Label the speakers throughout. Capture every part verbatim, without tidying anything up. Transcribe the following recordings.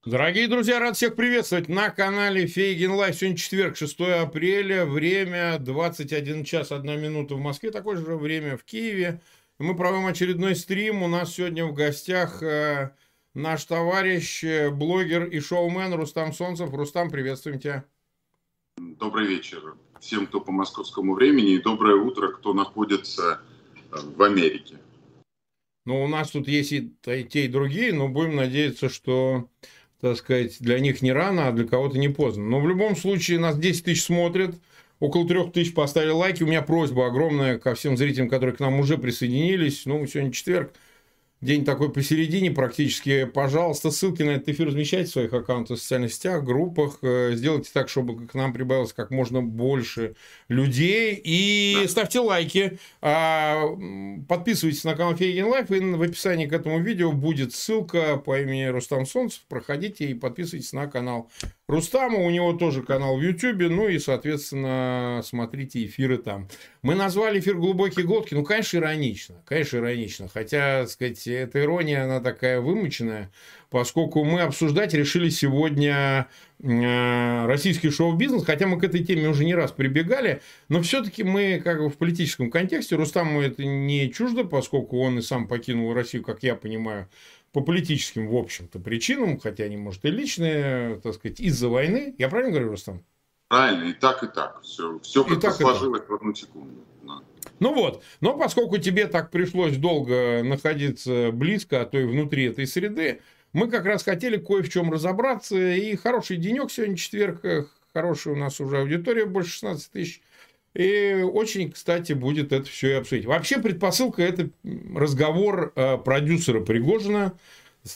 Speaker 1: Дорогие друзья, рад всех приветствовать на канале Фейгин Лайв. Сегодня четверг, шестое апреля, время двадцать один час одна минута в Москве, такое же время в Киеве. Мы проводим очередной стрим. У нас сегодня в гостях э, наш товарищ, э, блогер и шоумен Рустам Солнцев. Рустам, приветствуем тебя.
Speaker 2: Добрый вечер всем, кто по московскому времени, и доброе утро, кто находится в Америке.
Speaker 1: Ну, у нас тут есть и те, и другие, но будем надеяться, что, так сказать, для них не рано, а для кого-то не поздно. Но в любом случае нас десять тысяч смотрят, около трех тысяч поставили лайки. У меня просьба огромная ко всем зрителям, которые к нам уже присоединились. Ну, сегодня четверг, день такой посередине практически. Пожалуйста, ссылки на этот эфир размещайте в своих аккаунтах в социальных сетях, группах. Сделайте так, чтобы к нам прибавилось как можно больше людей. И да. Ставьте лайки. Подписывайтесь на канал Фейгин Лайв. И в описании к этому видео будет ссылка по имени Рустам Солнцев. Проходите и подписывайтесь на канал Рустама. У него тоже канал в Ютубе. Ну и, соответственно, смотрите эфиры там. Мы назвали эфир «Глубокие глотки». Ну, конечно, иронично. Конечно, иронично. Хотя, так сказать, эта ирония, она такая вымученная, поскольку мы обсуждать решили сегодня российский шоу-бизнес, хотя мы к этой теме уже не раз прибегали, но все-таки мы как бы в политическом контексте, Рустаму это не чуждо, поскольку он и сам покинул Россию, как я понимаю, по политическим, в общем-то, причинам, хотя они, может, и личные, так сказать, из-за войны. Я правильно говорю, Рустам?
Speaker 2: Правильно, и так, и так. Все, все как-то сложилось в одну секунду. Да.
Speaker 1: Ну вот, но поскольку тебе так пришлось долго находиться близко, а то и внутри этой среды, мы как раз хотели кое в чем разобраться. И хороший денек сегодня, четверг, хорошая у нас уже аудитория, больше шестнадцати тысяч. И очень, кстати, будет это все и обсудить. Вообще, предпосылка – это разговор продюсера Пригожина с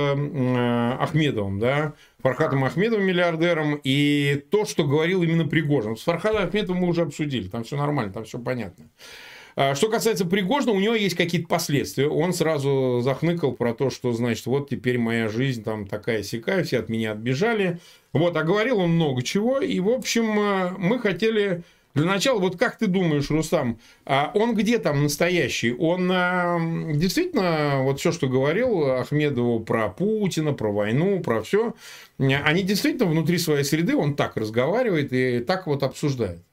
Speaker 1: э, Ахмедовым, да, Фархатом Ахмедовым, миллиардером, и то, что говорил именно Пригожин. С Фархатом Ахмедовым мы уже обсудили, там все нормально, там все понятно. Что касается Пригожина, у него есть какие-то последствия. Он сразу захныкал про то, что, значит, вот теперь моя жизнь там такая-сякая, все от меня отбежали. Вот, а говорил он много чего, и, в общем, мы хотели... Для начала, вот как ты думаешь, Рустам, он где там настоящий? Он действительно, вот все, что говорил Ахмедову про Путина, про войну, про все, они действительно внутри своей среды, он так разговаривает и так вот обсуждает?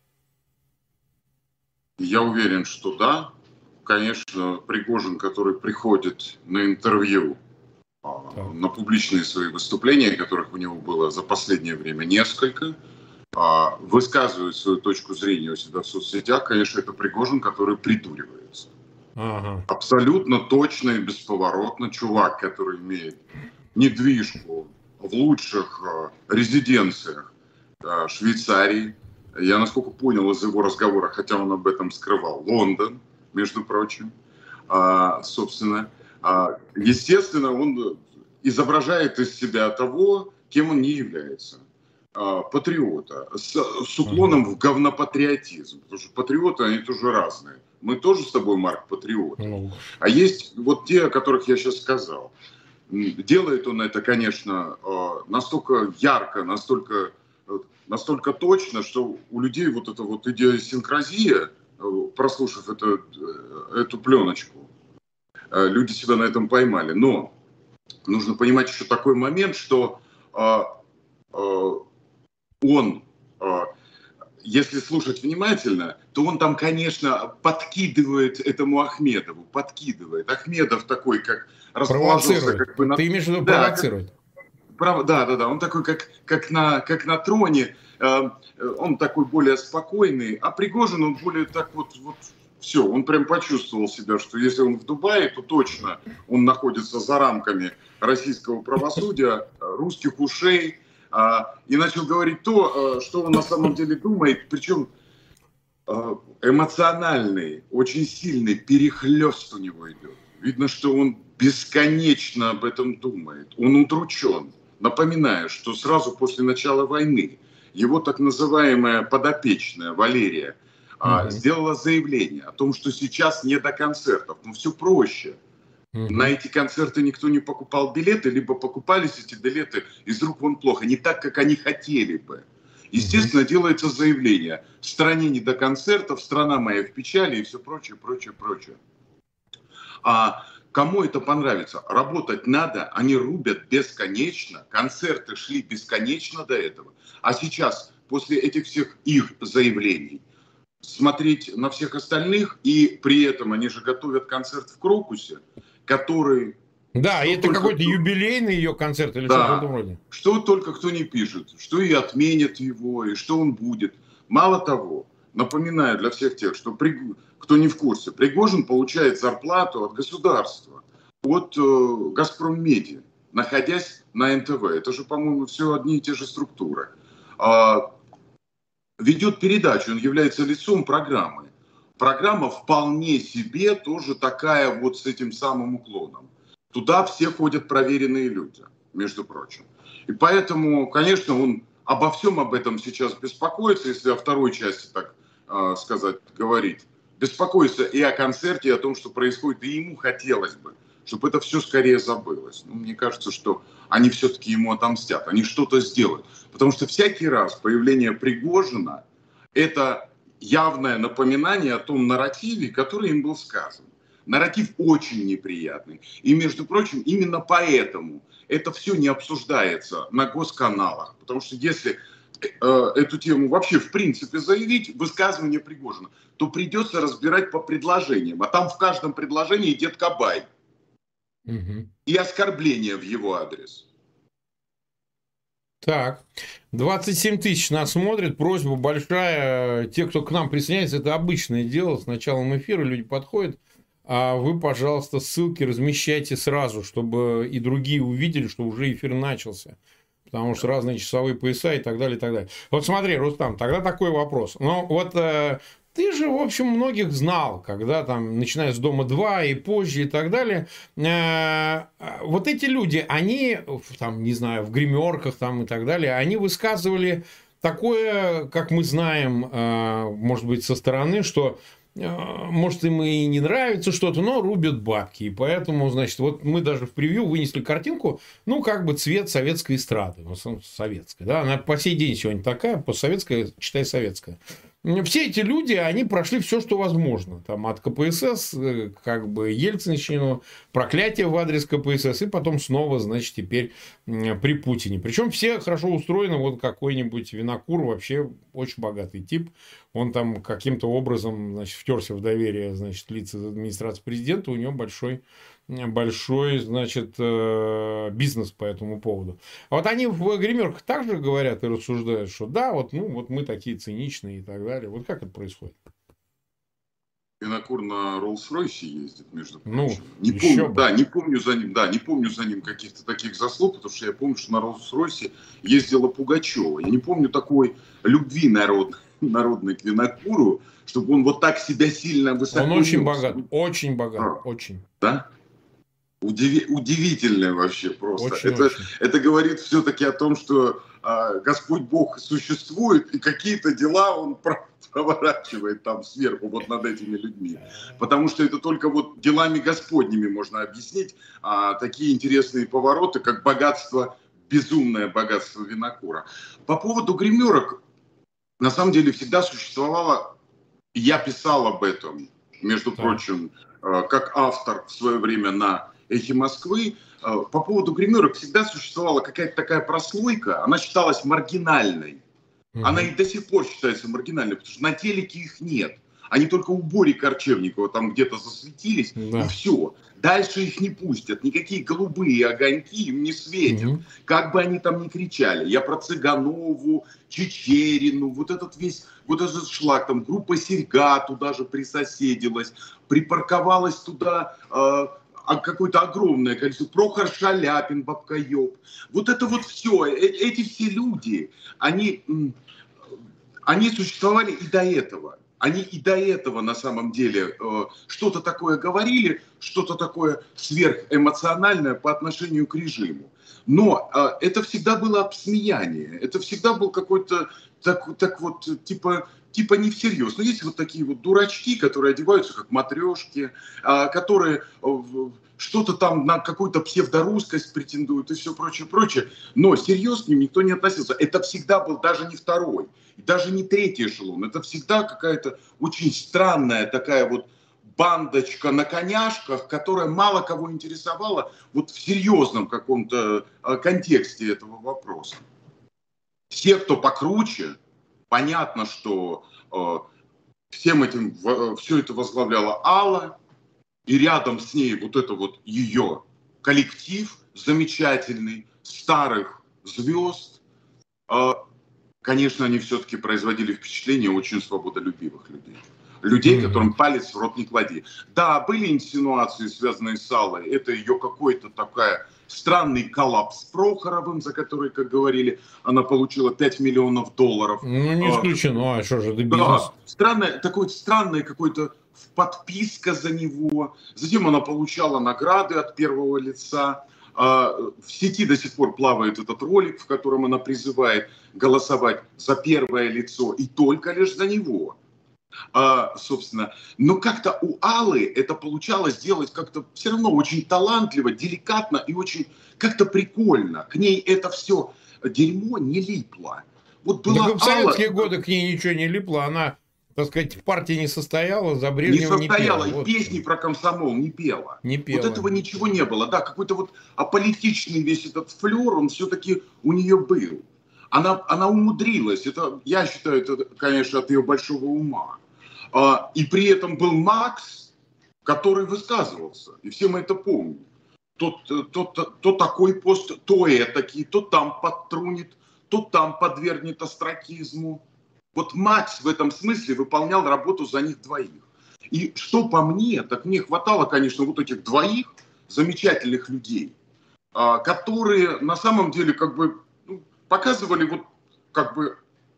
Speaker 2: Я уверен, что да. Конечно, Пригожин, который приходит на интервью, так. на публичные свои выступления, которых у него было за последнее время несколько, высказывает свою точку зрения у себя в соцсетях, конечно, это Пригожин, который придуривается. Ага. Абсолютно точно и бесповоротно чувак, который имеет недвижку в лучших резиденциях Швейцарии. Я, насколько понял из его разговора, хотя он об этом скрывал, Лондон, между прочим, собственно. Естественно, он изображает из себя того, кем он не является. Патриота, с, с уклоном в говнопатриотизм. Потому что патриоты, они тоже разные. Мы тоже с тобой, Марк, патриоты. Mm. А есть вот те, о которых я сейчас сказал. Делает он это, конечно, настолько ярко, настолько, настолько точно, что у людей вот эта вот идиосинкразия, прослушав это, эту пленочку, люди себя на этом поймали. Но нужно понимать еще такой момент, что он, если слушать внимательно, то он там, конечно, подкидывает этому Ахмедову, подкидывает. Ахмедов такой, как расположился... Как бы на...
Speaker 1: Ты имеешь в виду да, провоцирует?
Speaker 2: Как... Да, да, да. Он такой, как, как, на, как на троне. Он такой более спокойный, а Пригожин, он более так вот... вот все, он прям почувствовал себя, что если он в Дубае, то точно он находится за рамками российского правосудия, русских ушей, и начал говорить то, что он на самом деле думает, причем эмоциональный, очень сильный перехлёст у него идет. Видно, что он бесконечно об этом думает, он удручен. Напоминаю, что сразу после начала войны его так называемая подопечная Валерия mm-hmm. сделала заявление о том, что сейчас не до концертов, но все проще. Mm-hmm. На эти концерты никто не покупал билеты, либо покупались эти билеты из рук вон плохо, не так, как они хотели бы. Естественно, mm-hmm. делается заявление: в стране не до концертов, страна моя в печали и все прочее, прочее, прочее. А Кому это понравится? Работать надо, они рубят бесконечно, концерты шли бесконечно до этого. А сейчас, после этих всех их заявлений, смотреть на всех остальных, и при этом они же готовят концерт в Крокусе, который...
Speaker 1: Да, и это какой-то кто... юбилейный ее концерт или да, что-то в этом роде.
Speaker 2: Что только кто не пишет, что и отменят его, и что он будет. Мало того, напоминаю для всех тех, что при... кто не в курсе, Пригожин получает зарплату от государства, от э, Газпроммедиа, находясь на эн тэ вэ. Это же, по-моему, все одни и те же структуры. А, ведет передачу, он является лицом программы. Программа вполне себе тоже такая вот с этим самым уклоном. Туда все ходят проверенные люди, между прочим. И поэтому, конечно, он обо всем об этом сейчас беспокоится, если о второй части, так э, сказать, говорить. Беспокоится и о концерте, и о том, что происходит, и ему хотелось бы, чтобы это все скорее забылось. Но мне кажется, что они все-таки ему отомстят, они что-то сделают. Потому что всякий раз появление Пригожина – это явное напоминание о том нарративе, который им был сказан. Нарратив очень неприятный. И, между прочим, именно поэтому это все не обсуждается на госканалах. Потому что если э, эту тему вообще в принципе заявить, высказывание Пригожина, то придется разбирать по предложениям. А там в каждом предложении Дед Кабай. Угу. И оскорбление в его адрес.
Speaker 1: Так, двадцать семь тысяч нас смотрит, просьба большая. Те, кто к нам присоединяется, это обычное дело. С началом эфира люди подходят. А вы, пожалуйста, ссылки размещайте сразу, чтобы и другие увидели, что уже эфир начался. Потому что разные часовые пояса и так далее, и так далее. Вот смотри, Рустам, тогда такой вопрос. Ну, вот э, ты же, в общем, многих знал, когда там, начиная с «Дома-два» и позже и так далее. Э, вот эти люди, они, там, не знаю, в гримерках там и так далее, они высказывали такое, как мы знаем, э, может быть, со стороны, что... Может, им и не нравится что-то, но рубят бабки. И поэтому, значит, вот мы даже в превью вынесли картинку, ну, как бы цвет советской эстрады. Ну, советской, да, она по сей день сегодня такая, постсоветская, читай, советская. Все эти люди, они прошли все, что возможно. Там от ка пэ эс эс, как бы Ельцинщину, проклятие в адрес ка пэ эс эс, и потом снова, значит, теперь при Путине. Причем все хорошо устроены. Вот какой-нибудь Винокур, вообще очень богатый тип. Он там каким-то образом, значит, втерся в доверие, значит, лиц администрации президента. У него большой, большой, значит, бизнес по этому поводу. А вот они в гримерках также говорят и рассуждают, что да, вот, ну, вот мы такие циничные и так далее. Вот как это происходит?
Speaker 2: Винокур на Роллс-Ройсе ездит, между прочим.
Speaker 1: Ну,
Speaker 2: не помню, бы. да, не помню за ним, да, не помню за ним каких-то таких заслуг, потому что я помню, что на Роллс-Ройсе ездила Пугачева. Я не помню такой любви народной, народной к Винокуру, чтобы он вот так себя сильно высоко...
Speaker 1: Он очень богат, очень богат, а, очень.
Speaker 2: Да? Удиви- удивительное вообще просто.
Speaker 1: Очень,
Speaker 2: это,
Speaker 1: очень.
Speaker 2: это говорит все-таки о том, что э, Господь Бог существует, и какие-то дела Он проворачивает там сверху вот над этими людьми. Потому что это только вот делами Господними можно объяснить а, такие интересные повороты, как богатство, безумное богатство Винокура. По поводу гримерок, на самом деле всегда существовало, я писал об этом, между да. прочим, э, как автор в свое время на «Эхе Москвы», по поводу гримерок всегда существовала какая-то такая прослойка, она считалась маргинальной. Mm-hmm. Она и до сих пор считается маргинальной, потому что на телеке их нет. Они только у Бори Корчевникова там где-то засветились, mm-hmm. и все. Дальше их не пустят, никакие голубые огоньки им не светят. Mm-hmm. Как бы они там ни кричали. Я про Цыганову, Чечерину, вот этот весь, вот этот шлак, там группа «Серьга» туда же присоседилась, припарковалась туда... Э, а какое-то огромное количество, Прохор Шаляпин, Бабкоеб. Вот это вот все, эти все люди, они, они существовали и до этого. Они и до этого на самом деле что-то такое говорили, что-то такое сверхэмоциональное по отношению к режиму. Но это всегда было обсмеяние, это всегда был какой-то так, так вот типа... Типа не всерьез. Но есть вот такие вот дурачки, которые одеваются как матрешки, которые что-то там на какую-то псевдорусскость претендуют и все прочее, прочее. Но серьезно к ним никто не относился. Это всегда был даже не второй, даже не третий эшелон. Это всегда какая-то очень странная такая вот бандочка на коняшках, которая мало кого интересовала вот в серьезном каком-то контексте этого вопроса. Все, кто покруче, понятно, что э, всем этим, в, все это возглавляла Алла, и рядом с ней вот это вот ее коллектив замечательный, старых звезд. Э, конечно, они все-таки производили впечатление очень свободолюбивых людей. Людей, mm-hmm. которым палец в рот не клади. Да, были инсинуации, связанные с Аллой. Это ее какой-то такая странный коллапс с Прохоровым, за который, как говорили, она получила пять миллионов долларов.
Speaker 1: Ну, не исключено. А что же, это бизнес?
Speaker 2: Да, странное, такое странное какое-то подписка за него. Затем она получала награды от первого лица. В сети до сих пор плавает этот ролик, в котором она призывает голосовать за первое лицо и только лишь за него. А, собственно, но как-то у Аллы это получалось делать как-то все равно очень талантливо, деликатно и очень как-то прикольно. К ней это все дерьмо не липло.
Speaker 1: Вот была так в советские Алла... годы к ней ничего не липло, она, так сказать, в партии не состояла, за Брежнева не,
Speaker 2: не состояла,
Speaker 1: не
Speaker 2: пела. И вот. Песни про комсомол не пела.
Speaker 1: Не пела.
Speaker 2: Вот этого ничего не было. Да, какой-то вот аполитичный весь этот флер, он все-таки у нее был. Она, она умудрилась, это, я считаю, это, конечно, от ее большого ума. А, и при этом был Макс, который высказывался, и все мы это помним. То, то, то, то такой пост, то этакий, то там подтрунит, то там подвергнет остракизму. Вот Макс в этом смысле выполнял работу за них двоих. И что по мне, так мне хватало, конечно, вот этих двоих замечательных людей, а, которые на самом деле как бы показывали вот как бы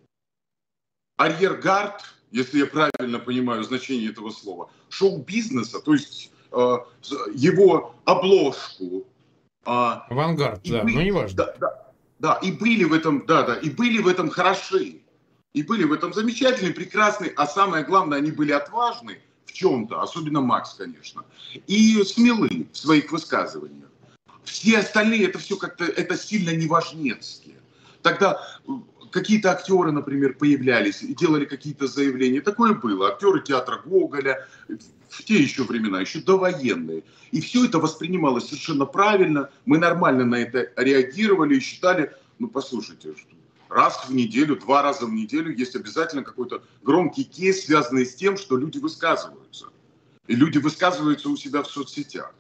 Speaker 2: арьергард, если я правильно понимаю значение этого слова, шоу-бизнеса, то есть э, его обложку. Э,
Speaker 1: Авангард, да, были, но не важно.
Speaker 2: Да, да, да, и были в этом, да, да, и были в этом хороши, и были в этом замечательные, прекрасные, а самое главное, они были отважны в чем-то, особенно Макс, конечно, и смелы в своих высказываниях. Все остальные, это все как-то, это сильно неважнецкие. Тогда какие-то актеры, например, появлялись и делали какие-то заявления. Такое было. Актеры театра Гоголя в те еще времена, еще довоенные. И все это воспринималось совершенно правильно. Мы нормально на это реагировали и считали, ну, послушайте, раз в неделю, два раза в неделю есть обязательно какой-то громкий кейс, связанный с тем, что люди высказываются. И люди высказываются у себя в соцсетях.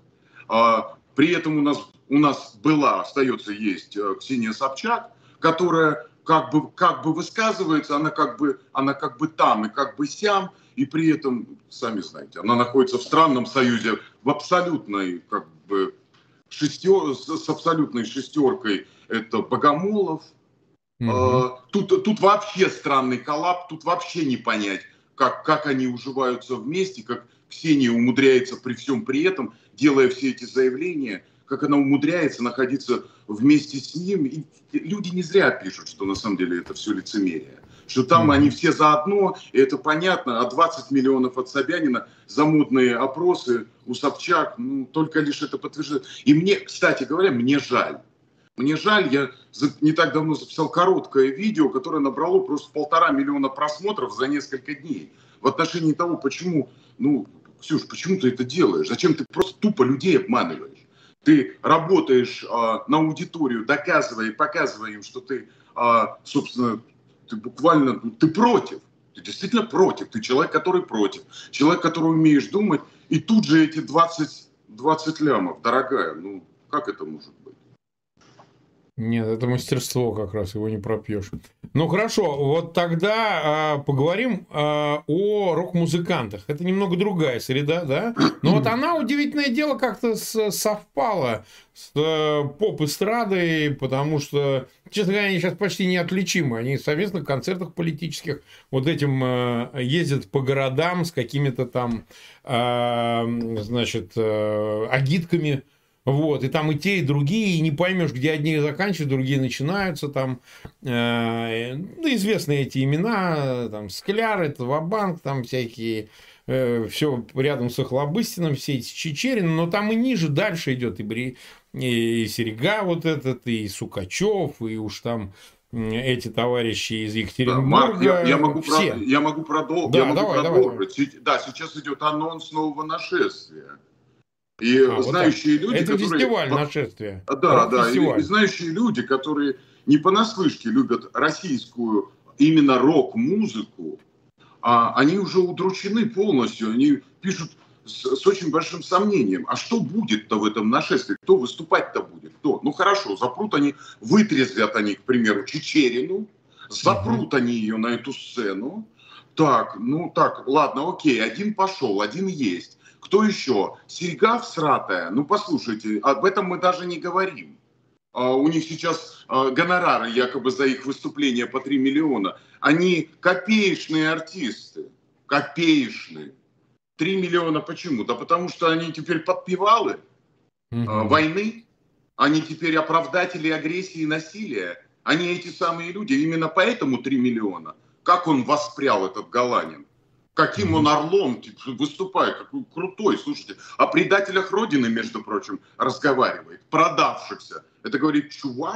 Speaker 2: При этом у нас, у нас была, остается, есть Ксения Собчак, которая как бы, как бы высказывается, она как бы, она как бы там и как бы сям, и при этом, сами знаете, она находится в странном союзе, в абсолютной, как бы, шестер, с абсолютной шестеркой, это Богомолов. Mm-hmm. Тут, тут вообще странный коллапс, тут вообще не понять, как, как они уживаются вместе, как Ксения умудряется при всем при этом, делая все эти заявления, как она умудряется находиться вместе с ним. И люди не зря пишут, что на самом деле это все лицемерие. Что там mm-hmm. они все заодно, и это понятно, а двадцать миллионов от Собянина за модные опросы у Собчак, ну, только лишь это подтверждает. И мне, кстати говоря, мне жаль. Мне жаль, я не так давно записал короткое видео, которое набрало просто полтора миллиона просмотров за несколько дней. В отношении того, почему, ну, Ксюш, почему ты это делаешь? Зачем ты просто тупо людей обманываешь? Ты работаешь а, на аудиторию, доказывая и показывая им, что ты, а, собственно, ты буквально, ты против. Ты действительно против. Ты человек, который против. Человек, который умеешь думать. И тут же эти двадцать, двадцать лямов, дорогая, ну, как это может быть?
Speaker 1: Нет, это мастерство как раз, его не пропьешь. Ну хорошо, вот тогда э, поговорим э, о рок-музыкантах. Это немного другая среда, да? Но вот она, удивительное дело, как-то с, совпала с э, поп-эстрадой, потому что, честно говоря, они сейчас почти неотличимы. Они в совместных концертах политических вот этим э, ездят по городам с какими-то там, э, значит, э, агитками. Вот, и там и те, и другие, и не поймешь, где одни заканчиваются, другие начинаются, там, э, ну, известны эти имена, там, Скляр, это Ва-Банк, там всякие, э, все рядом с Охлобыстиным, все эти Чичерины, но там и ниже, дальше идет и, Бри, и Серега вот этот, и Сукачев, и уж там эти товарищи из
Speaker 2: Да, Марк,
Speaker 1: Екатеринбурга.
Speaker 2: я, я могу,
Speaker 1: все.
Speaker 2: про, я могу, продол...
Speaker 1: Да,
Speaker 2: я могу
Speaker 1: давай,
Speaker 2: продолжить.
Speaker 1: давай, давай.
Speaker 2: Да, сейчас идет анонс нового нашествия. И
Speaker 1: А, вот так.
Speaker 2: знающие люди,
Speaker 1: Это
Speaker 2: которые...
Speaker 1: фестиваль нашествия.
Speaker 2: Да, да, и, и
Speaker 1: Рок-фестиваль.
Speaker 2: знающие люди, которые не понаслышке любят российскую именно рок-музыку, а, они уже удручены полностью. Они пишут с, с очень большим сомнением. А что будет-то в этом нашествии? Кто выступать-то будет? Кто? Ну хорошо, запрут они, вытрезвят они, к примеру, Чичерину, запрут они ее на эту сцену. Так, ну так, ладно, окей, один пошел, один есть. Кто еще? Серьга всратая? Ну послушайте, об этом мы даже не говорим. Uh, у них сейчас uh, гонорары якобы за их выступления по три миллиона. Они копеечные артисты. Копеечные. три миллиона почему? Да потому что они теперь подпевалы uh, uh, войны. Они теперь оправдатели агрессии и насилия. Они эти самые люди. Именно поэтому три миллиона. Как он воспрял, этот Галанин? Каким он орлом выступает, какой крутой, слушайте. О предателях Родины, между прочим, разговаривает, продавшихся. Это говорит чувак,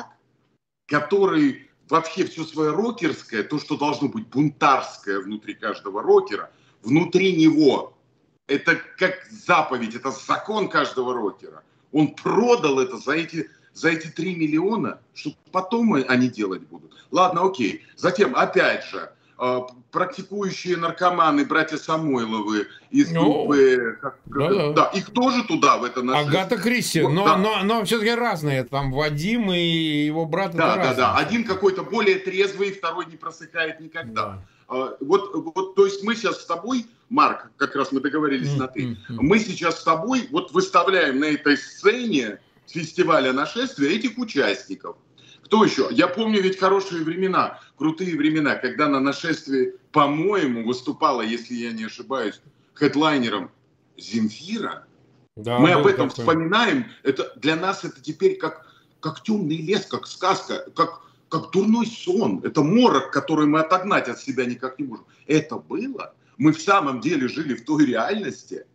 Speaker 2: который вообще все свое рокерское, то, что должно быть бунтарское внутри каждого рокера, внутри него. Это как заповедь, это закон каждого рокера. Он продал это за эти, за эти три миллиона, что потом они делать будут. Ладно, окей. Затем, опять же, практикующие наркоманы, братья Самойловы из группы, как,
Speaker 1: да,
Speaker 2: как,
Speaker 1: да.
Speaker 2: да, их тоже туда в это нашествие.
Speaker 1: Агата Кристи,
Speaker 2: вот,
Speaker 1: но,
Speaker 2: да.
Speaker 1: но, но все-таки разные, там Вадим и его брат.
Speaker 2: Да, да, да, один какой-то более трезвый, второй не просыхает никогда. Да. Вот, вот, то есть мы сейчас с тобой, Марк, как раз мы договорились mm-hmm. на ты, мы сейчас с тобой вот выставляем на этой сцене фестиваля нашествия этих участников. Кто еще? Я помню ведь хорошие времена, крутые времена, когда на нашествии, по-моему, выступала, если я не ошибаюсь, хедлайнером Земфира. Да, мы об этом такой. Вспоминаем. Это, для нас это теперь как, как темный лес, как сказка, как, как дурной сон. Это морок, который мы отогнать от себя никак не можем. Это было. Мы в самом деле жили в той реальности.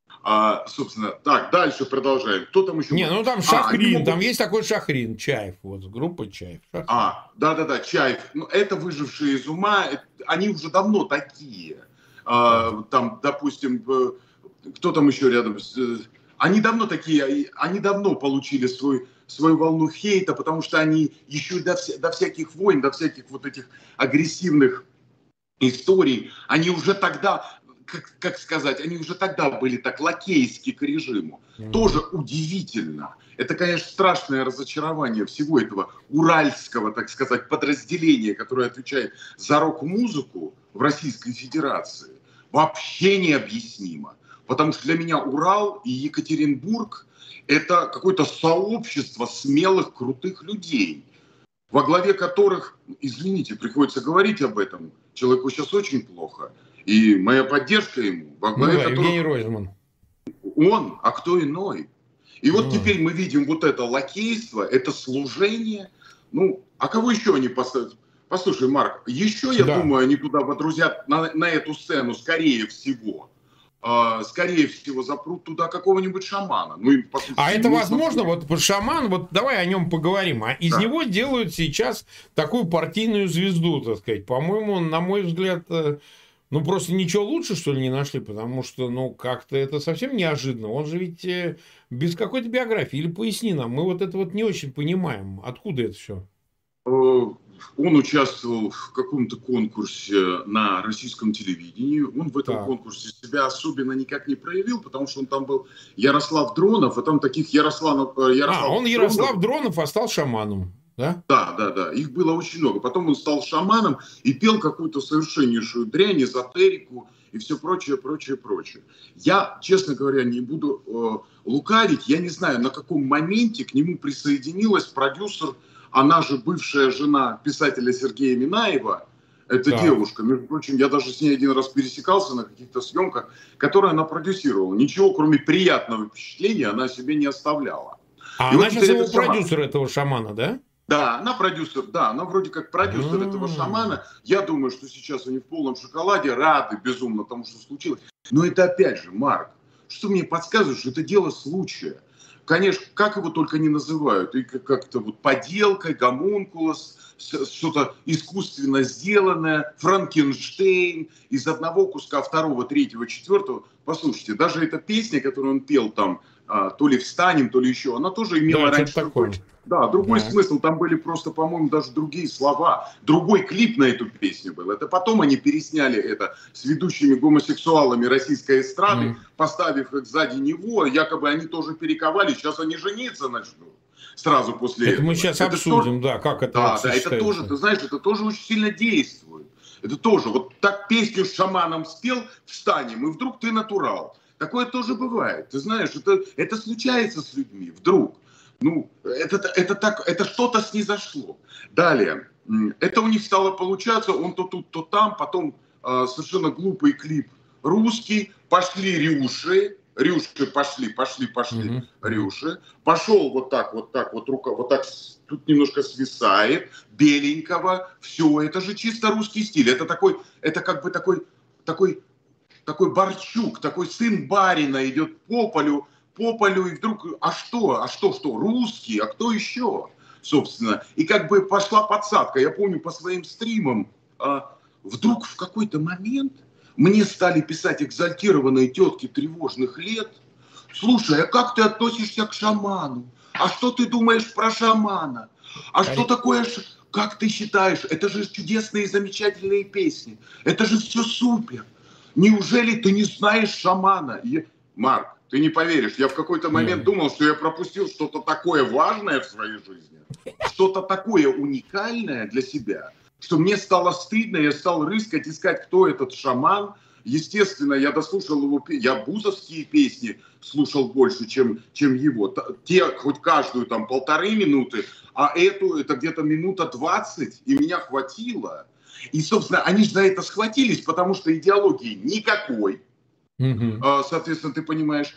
Speaker 2: А, собственно, так, дальше продолжаем. Кто там еще?
Speaker 1: Не, ну там Шахрин, а, могут... там есть такой Шахрин, Чаев, вот, группа Чаев. Шахрин.
Speaker 2: А, да-да-да, Чаев. Ну, это выжившие из ума, это, они уже давно такие. А, там, допустим, кто там еще рядом? Они давно такие, они давно получили свой, свою волну хейта, потому что они еще до, вся, до всяких войн, до всяких вот этих агрессивных историй, они уже тогда... Как, как сказать, они уже тогда были так лакейски к режиму. Mm-hmm. Тоже удивительно. Это, конечно, страшное разочарование всего этого уральского, так сказать, подразделения, которое отвечает за рок-музыку в Российской Федерации. Вообще необъяснимо. Потому что для меня Урал и Екатеринбург – это какое-то сообщество смелых, крутых людей, во главе которых, извините, приходится говорить об этом, человеку сейчас очень плохо. И моя поддержка ему, во главе
Speaker 1: ну, да,
Speaker 2: которого...
Speaker 1: Евгений Ройзман.
Speaker 2: Он, а кто иной? И вот ну. теперь мы видим вот это лакейство, это служение. Ну, а кого еще они поставят? Послушай, Марк, еще, я да. думаю, они туда водрузят на, на эту сцену, скорее всего, э, скорее всего, запрут туда какого-нибудь шамана. Ну, и,
Speaker 1: а это возможно? Вот шаман, вот давай о нем поговорим. А из да. него делают сейчас такую партийную звезду, так сказать. По-моему, на мой взгляд... Ну, просто ничего лучше, что ли, не нашли, потому что, ну, как-то это совсем неожиданно. Он же ведь э, без какой-то биографии. Или поясни нам, мы вот это вот не очень понимаем. Откуда это все?
Speaker 2: Он участвовал в каком-то конкурсе на российском телевидении. Он в этом так. конкурсе себя особенно никак не проявил, потому что он там был Ярослав Дронов, а там таких Ярославов... Ярослав
Speaker 1: а, он Дронов... Ярослав Дронов, а стал шаманом. Да?
Speaker 2: Да, да, да. Их было очень много. Потом он стал шаманом и пел какую-то совершеннейшую дрянь, эзотерику и все прочее, прочее, прочее. Я, честно говоря, не буду э, лукавить. Я не знаю, на каком моменте к нему присоединилась продюсер, она же бывшая жена писателя Сергея Минаева. Это да. девушка. Между прочим, я даже с ней один раз пересекался на каких-то съемках, которые она продюсировала. Ничего, кроме приятного впечатления, она о себе не оставляла.
Speaker 1: А и она вот сейчас его продюсер шаман. Этого шамана, да?
Speaker 2: Да, она продюсер, да, она вроде как продюсер этого шамана. Я думаю, что сейчас они в полном шоколаде, рады безумно тому, что случилось. Но это опять же, Марк, что мне подсказывает, что это дело случая. Конечно, как его только не называют, и как-то вот поделкой, гомункулос, что-то искусственно сделанное, Франкенштейн, из одного куска, второго, третьего, четвертого. Послушайте, даже эта песня, которую он пел там, то ли «Встанем», то ли еще, она тоже имела
Speaker 1: да,
Speaker 2: раньше другой, да, другой да. смысл. Там были просто, по-моему, даже другие слова. Другой клип на эту песню был. Это потом они пересняли это с ведущими гомосексуалами российской эстрады, mm. поставив их сзади него. Якобы они тоже перековали. Сейчас они жениться начнут. Сразу после
Speaker 1: это
Speaker 2: этого.
Speaker 1: Мы сейчас это обсудим, тоже, да, как это
Speaker 2: Да, да, это тоже, ты знаешь, это тоже очень сильно действует. Это тоже, вот так песню с шаманом спел, встанем, и вдруг ты натурал. Такое тоже бывает. Ты знаешь, это, это случается с людьми вдруг. Ну, это, это, так, это что-то снизошло. Далее, это у них стало получаться, он то тут, то там, потом э, совершенно глупый клип русский, пошли рюши, рюши пошли, пошли, пошли, mm-hmm. рюши, пошел вот так, вот так, вот рука, вот так, тут немножко свисает, беленького, все, это же чисто русский стиль, это такой, это как бы такой, такой, такой Борчук, такой сын барина идет по полю, по полю, и вдруг, а что, а что, что, русский, а кто еще, собственно. И как бы пошла подсадка. Я помню по своим стримам, а, вдруг в какой-то момент мне стали писать экзальтированные тетки тревожных лет. Слушай, а как ты относишься к шаману? А что ты думаешь про шамана? А что такое, как ты считаешь? Это же чудесные и замечательные песни. Это же все супер. Неужели ты не знаешь шамана? Я... Марк, ты не поверишь, я в какой-то момент думал, что я пропустил что-то такое важное в своей жизни, что-то такое уникальное для себя, что мне стало стыдно, я стал рыскать, искать, кто этот шаман. Естественно, я дослушал его, я бузовские песни слушал больше, чем, чем его. Те, хоть каждую там полторы минуты, а эту, это где-то минута двадцать, и меня хватило. И, собственно, они же за это схватились, потому что идеологии никакой. Mm-hmm. Соответственно, ты понимаешь,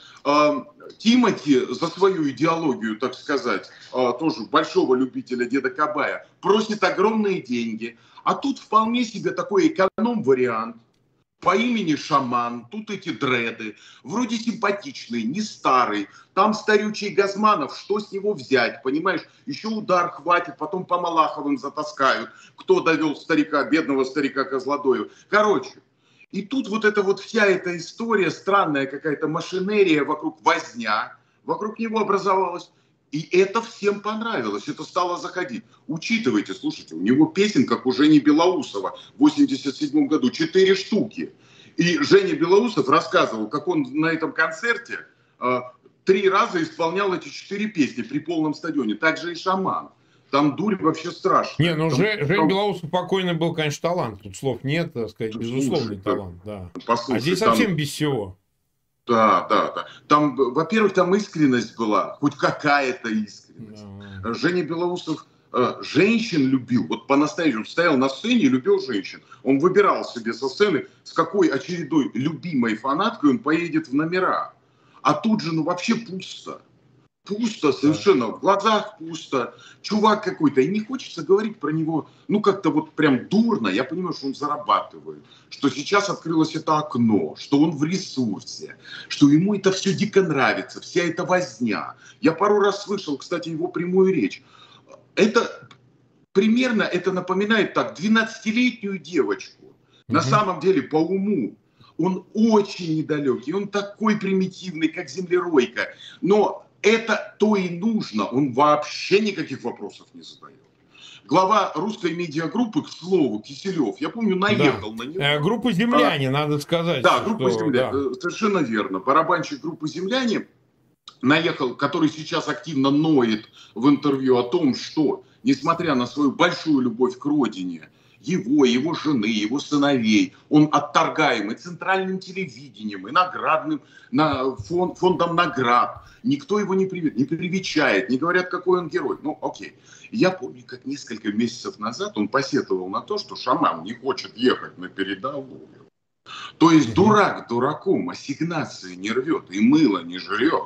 Speaker 2: Тимати за свою идеологию, так сказать, тоже большого любителя Деда Кабая, просит огромные деньги. А тут вполне себе такой эконом-вариант по имени Шаман. Тут эти дреды, вроде симпатичный, не старый. Там старючий Газманов, что с него взять, понимаешь? Еще удар хватит, потом по Малаховым затаскают. Кто довел старика, бедного старика Козлодоева. Короче. И тут вот эта вот вся эта история, странная какая-то машинерия вокруг, возня, вокруг него образовалась. И это всем понравилось, это стало заходить. Учитывайте, слушайте, у него песен, как у Жени Белоусова в восемьдесят седьмом году, четыре штуки. И Женя Белоусов рассказывал, как он на этом концерте э, три раза исполнял эти четыре песни при полном стадионе. Также и «Шаман». Там дурь вообще страшная.
Speaker 1: Не, ну
Speaker 2: там,
Speaker 1: Жень
Speaker 2: там...
Speaker 1: Белоусов покойный был, конечно, талант. Тут слов нет, так сказать, безусловный
Speaker 2: Слушай,
Speaker 1: талант. Да.
Speaker 2: Послушай,
Speaker 1: а здесь
Speaker 2: там...
Speaker 1: совсем без всего.
Speaker 2: Да, да, да. Там, во-первых, там искренность была, хоть какая-то искренность. Да. Женя Белоусов э, женщин любил, вот по-настоящему стоял на сцене и любил женщин. Он выбирал себе со сцены, с какой очередной любимой фанаткой он поедет в номера. А тут же, ну, вообще пусто. Пусто совершенно, в глазах пусто, чувак какой-то, и не хочется говорить про него, ну как-то вот прям дурно, я понимаю, что он зарабатывает, что сейчас открылось это окно, что он в ресурсе, что ему это все дико нравится, вся эта возня. Я пару раз слышал, кстати, его прямую речь. Это примерно, это напоминает так, двенадцатилетнюю девочку, mm-hmm. на самом деле по уму. Он очень недалекий, он такой примитивный, как землеройка, но... Это то и нужно. Он вообще никаких вопросов не задает. Глава русской медиагруппы, к слову, Киселев, я помню, наехал
Speaker 1: да.
Speaker 2: на него.
Speaker 1: Э, группа «Земляне», а, надо сказать.
Speaker 2: Да, группа
Speaker 1: что,
Speaker 2: «Земляне»,
Speaker 1: да.
Speaker 2: совершенно верно. Барабанщик группы «Земляне» наехал, который сейчас активно ноет в интервью о том, что, несмотря на свою большую любовь к родине, его, его жены, его сыновей, он отторгаем и центральным телевидением, и наградным, на, фонд, фондом наград. Никто его не, привет, не привечает, не говорят, какой он герой. Ну, окей. Я помню, как несколько месяцев назад он посетовал на то, что шаман не хочет ехать на передовую. То есть mm-hmm. дурак дураком ассигнации не рвет и мыло не жрет.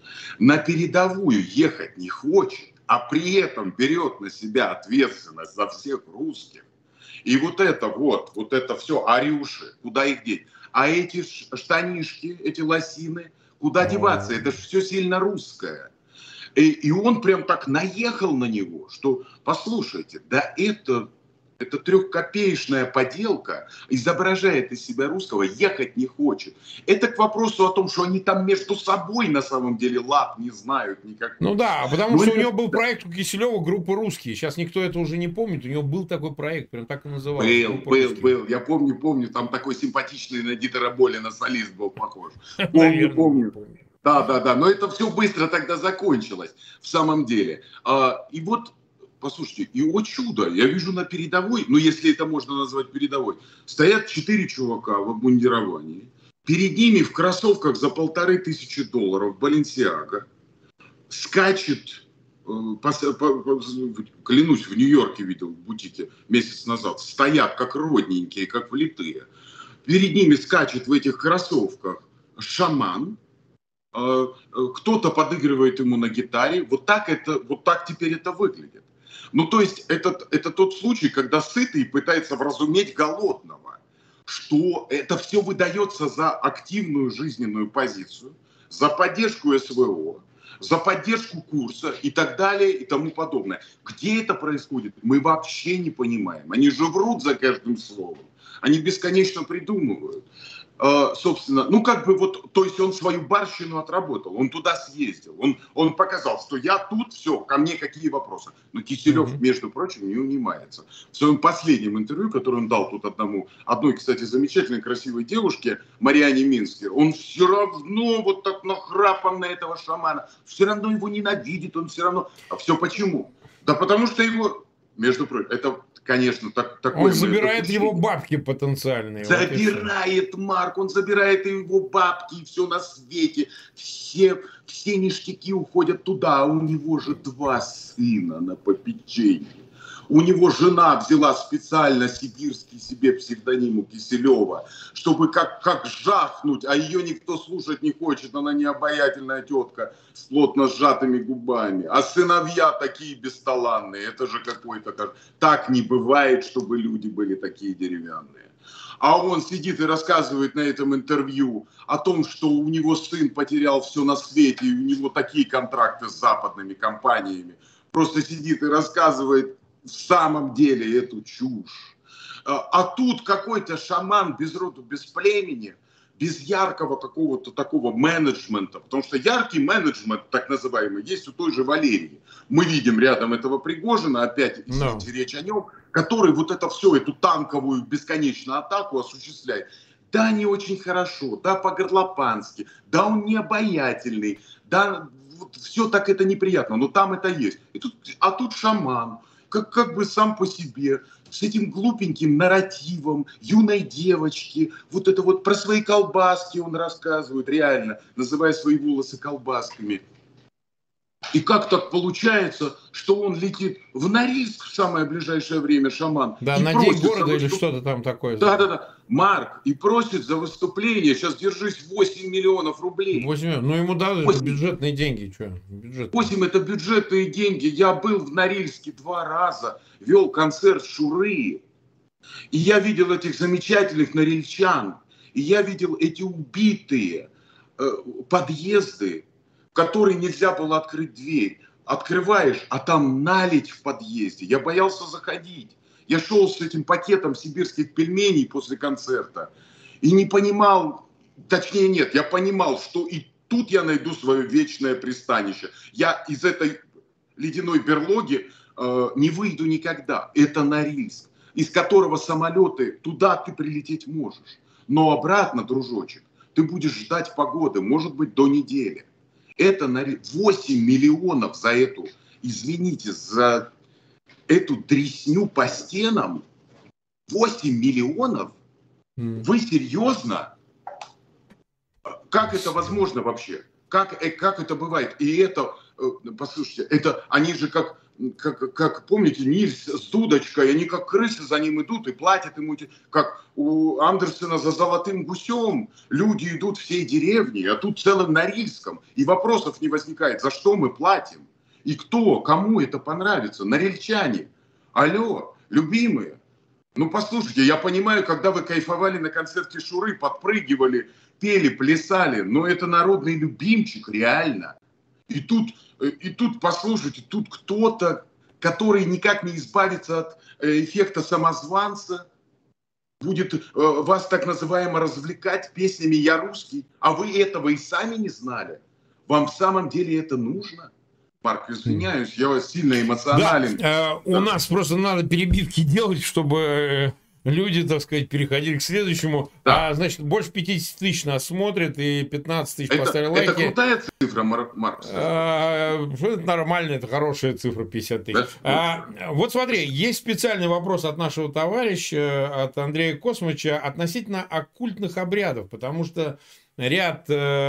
Speaker 2: На передовую ехать не хочет, а при этом берет на себя ответственность за всех русских. И вот это вот, вот это все, арюши, куда их деть? А эти штанишки, эти лосины, Куда деваться? Это же все сильно русское. И, и он прям так наехал на него, что, послушайте, да это, это трехкопеечная поделка, изображает из себя русского, ехать не хочет. Это к вопросу о том, что они там между собой на самом деле лад не знают никакой.
Speaker 1: Ну да, потому Но что это... у него был проект у Киселева группа «Русские». Сейчас никто это уже не помнит. У него был такой проект, прям так и назывался.
Speaker 2: Был, был, «Русские». был. Я помню, помню, там такой симпатичный на Дитера Болина солист был похож. Помню, помню. Да, да, да, но это все быстро тогда закончилось, в самом деле. А, и вот, послушайте, и о чудо, я вижу на передовой, ну если это можно назвать передовой, стоят четыре чувака в обмундировании, перед ними в кроссовках за полторы тысячи долларов Баленсиага, скачет, э, по, по, по, клянусь, в Нью-Йорке видел, в бутике месяц назад, стоят как родненькие, как влитые, перед ними скачет в этих кроссовках шаман, кто-то подыгрывает ему на гитаре. Вот так, это, вот так теперь это выглядит. Ну, то есть, это, это тот случай, когда сытый пытается вразуметь голодного, что это все выдается за активную жизненную позицию, за поддержку СВО, за поддержку курса и так далее и тому подобное. Где это происходит, мы вообще не понимаем. Они же врут за каждым словом. Они бесконечно придумывают. Uh, собственно, ну как бы вот, то есть он свою барщину отработал, он туда съездил, он, он показал, что я тут, все, ко мне какие вопросы. Но Киселев, mm-hmm. между прочим, не унимается. В своем последнем интервью, которое он дал тут одному, одной, кстати, замечательной, красивой девушке, Мариане Минскер, он все равно вот так нахрапом на этого шамана, все равно его ненавидит, он все равно... А все почему? Да потому что его, между прочим, это... Конечно, так, такое...
Speaker 1: Он забирает его бабки потенциальные.
Speaker 2: Забирает, вот Марк, он забирает его бабки, и все на свете. Все, все ништяки уходят туда, а у него же два сына на попечении. У него жена взяла специально сибирский себе псевдоним у Киселева, чтобы как, как жахнуть, а ее никто слушать не хочет, она необаятельная тетка с плотно сжатыми губами. А сыновья такие бесталанные, это же какой-то... Так не бывает, чтобы люди были такие деревянные. А он сидит и рассказывает на этом интервью о том, что у него сын потерял все на свете, и у него такие контракты с западными компаниями. Просто сидит и рассказывает в самом деле эту чушь. А тут какой-то шаман без роду, без племени, без яркого какого-то такого менеджмента, потому что яркий менеджмент, так называемый, есть у той же Валерии. Мы видим рядом этого Пригожина, опять no. речь о нем, который вот это все, эту танковую бесконечную атаку осуществляет. Да, не очень хорошо, да, по-горлопански, да, он не обаятельный, да, вот все так это неприятно, но там это есть. И тут, а тут шаман, Как, как бы сам по себе, с этим глупеньким нарративом юной девочки, вот это вот про свои колбаски он рассказывает, реально, называя свои волосы колбасками. И как так получается, что он летит в Норильск в самое ближайшее время, шаман.
Speaker 1: Да, на день города или что-то там такое.
Speaker 2: Да, да, да. Марк, и просит за выступление, сейчас держись, восемь миллионов рублей.
Speaker 1: восемь, ну ему дали бюджетные деньги. Что?
Speaker 2: Бюджетные. восемь это бюджетные деньги. Я был в Норильске два раза, вел концерт Шуры. И я видел этих замечательных норильчан. И я видел эти убитые э, подъезды, в которые нельзя было открыть дверь. Открываешь, а там наледь в подъезде. Я боялся заходить. Я шел с этим пакетом сибирских пельменей после концерта и не понимал, точнее нет, я понимал, что и тут я найду свое вечное пристанище. Я из этой ледяной берлоги э, не выйду никогда. Это Норильск, из которого самолеты, туда ты прилететь можешь. Но обратно, дружочек, ты будешь ждать погоды, может быть, до недели. Это восемь миллионов за эту, извините, за эту дресню по стенам. восемь миллионов? Вы серьезно? Как это возможно вообще? Как, как это бывает? И это, послушайте, это они же как, как, как помните, Нильс с дудочкой, они как крысы за ним идут и платят ему, как у Андерсена за золотым гусем. Люди идут всей деревней, а тут целым Норильском. И вопросов не возникает, за что мы платим. И кто, кому это понравится? Норильчане. Алло, любимые. Ну, послушайте, я понимаю, когда вы кайфовали на концерте Шуры, подпрыгивали, пели, плясали, но это народный любимчик, реально. И тут, и тут послушайте, тут кто-то, который никак не избавится от эффекта самозванца, будет э, вас так называемо развлекать песнями «Я русский», а вы этого и сами не знали. Вам в самом деле это нужно? Марк, извиняюсь, я сильно эмоционален.
Speaker 1: Да, э, у да. нас просто надо перебивки делать, чтобы люди, так сказать, переходили к следующему. Да. А, значит, больше пятьдесят тысяч нас смотрит, и пятнадцать тысяч
Speaker 2: это,
Speaker 1: поставили лайки.
Speaker 2: Это крутая цифра, Марк? Марк
Speaker 1: а, это нормально, это хорошая цифра, пятьдесят тысяч. Да? А, вот смотри, есть специальный вопрос от нашего товарища, от Андрея Космыча, относительно оккультных обрядов, потому что ряд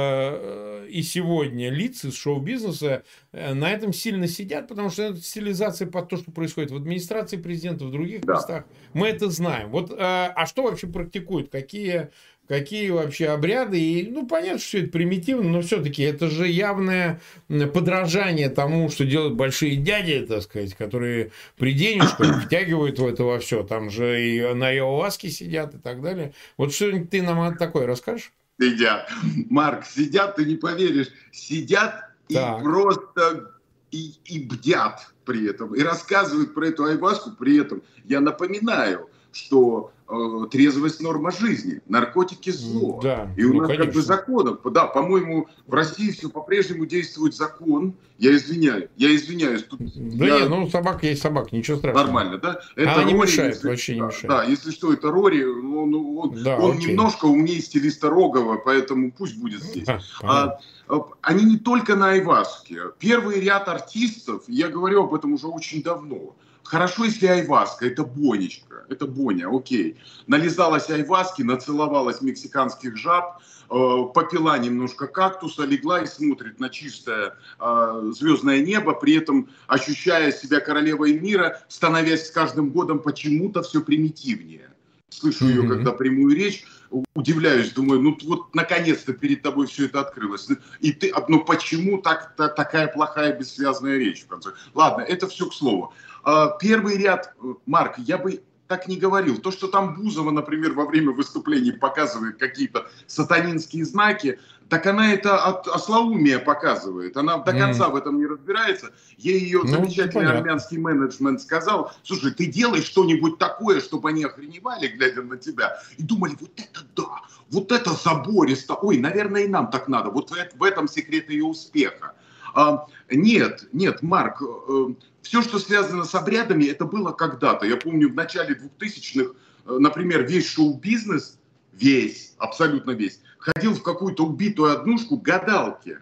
Speaker 1: э, и сегодня лиц из шоу-бизнеса э, на этом сильно сидят, потому что это стилизация под то, что происходит в администрации президента, в других да. местах. Мы это знаем. Вот, э, а что вообще практикуют? Какие, какие вообще обряды? И, ну, понятно, что все это примитивно, но все-таки это же явное подражание тому, что делают большие дяди, так сказать, которые при денежках втягивают в это во все. Там же и на ayahuasке сидят и так далее. Вот что-нибудь ты нам такое расскажешь?
Speaker 2: Сидят. Марк, сидят, ты не поверишь, сидят так. и просто и, и бдят при этом, и рассказывают про эту айваску при этом. Я напоминаю, что э, трезвость норма жизни, наркотики зло. Да, и у ну, нас конечно. как бы законов, да, по-моему, в России все по-прежнему действует закон. Я извиняюсь, я извиняюсь. Тут
Speaker 1: да
Speaker 2: я...
Speaker 1: нет, ну собака есть собака, ничего страшного.
Speaker 2: Нормально, да?
Speaker 1: Это Она Рори, не мешает, если... вообще не
Speaker 2: да,
Speaker 1: мешает.
Speaker 2: Да, если что, это Рори, он, он,
Speaker 1: да,
Speaker 2: он немножко умнее стилиста Рогова, поэтому пусть будет здесь. А, они не только на айваске. Первый ряд артистов, я говорю об этом уже очень давно. Хорошо, если айваска, это бонечка, это боня, окей. Нализалась айваски, нацеловалась мексиканских жаб, э, попила немножко кактуса, легла и смотрит на чистое э, звездное небо, при этом ощущая себя королевой мира, становясь с каждым годом почему-то все примитивнее. Слышу ее, mm-hmm. когда прямую речь, удивляюсь, думаю, ну вот наконец-то перед тобой все это открылось. И ты, ну почему так, та, такая плохая бессвязная речь в конце? Ладно, это все к слову. Первый ряд, Марк, я бы так не говорил. То, что там Бузова, например, во время выступлений показывает какие-то сатанинские знаки, так она это от ослоумия показывает. Она до конца mm. в этом не разбирается. Ей ее ну, замечательный понятно. армянский менеджмент сказал: слушай, ты делай что-нибудь такое, чтобы они охреневали, глядя на тебя, и думали, вот это да, вот это забористо. Ой, наверное, и нам так надо. Вот в этом секрет ее успеха. А, нет, нет, Марк, э, все, что связано с обрядами, это было когда-то. Я помню, в начале двухтысячных, э, например, весь шоу-бизнес, весь, абсолютно весь, ходил в какую-то убитую однушку гадалки,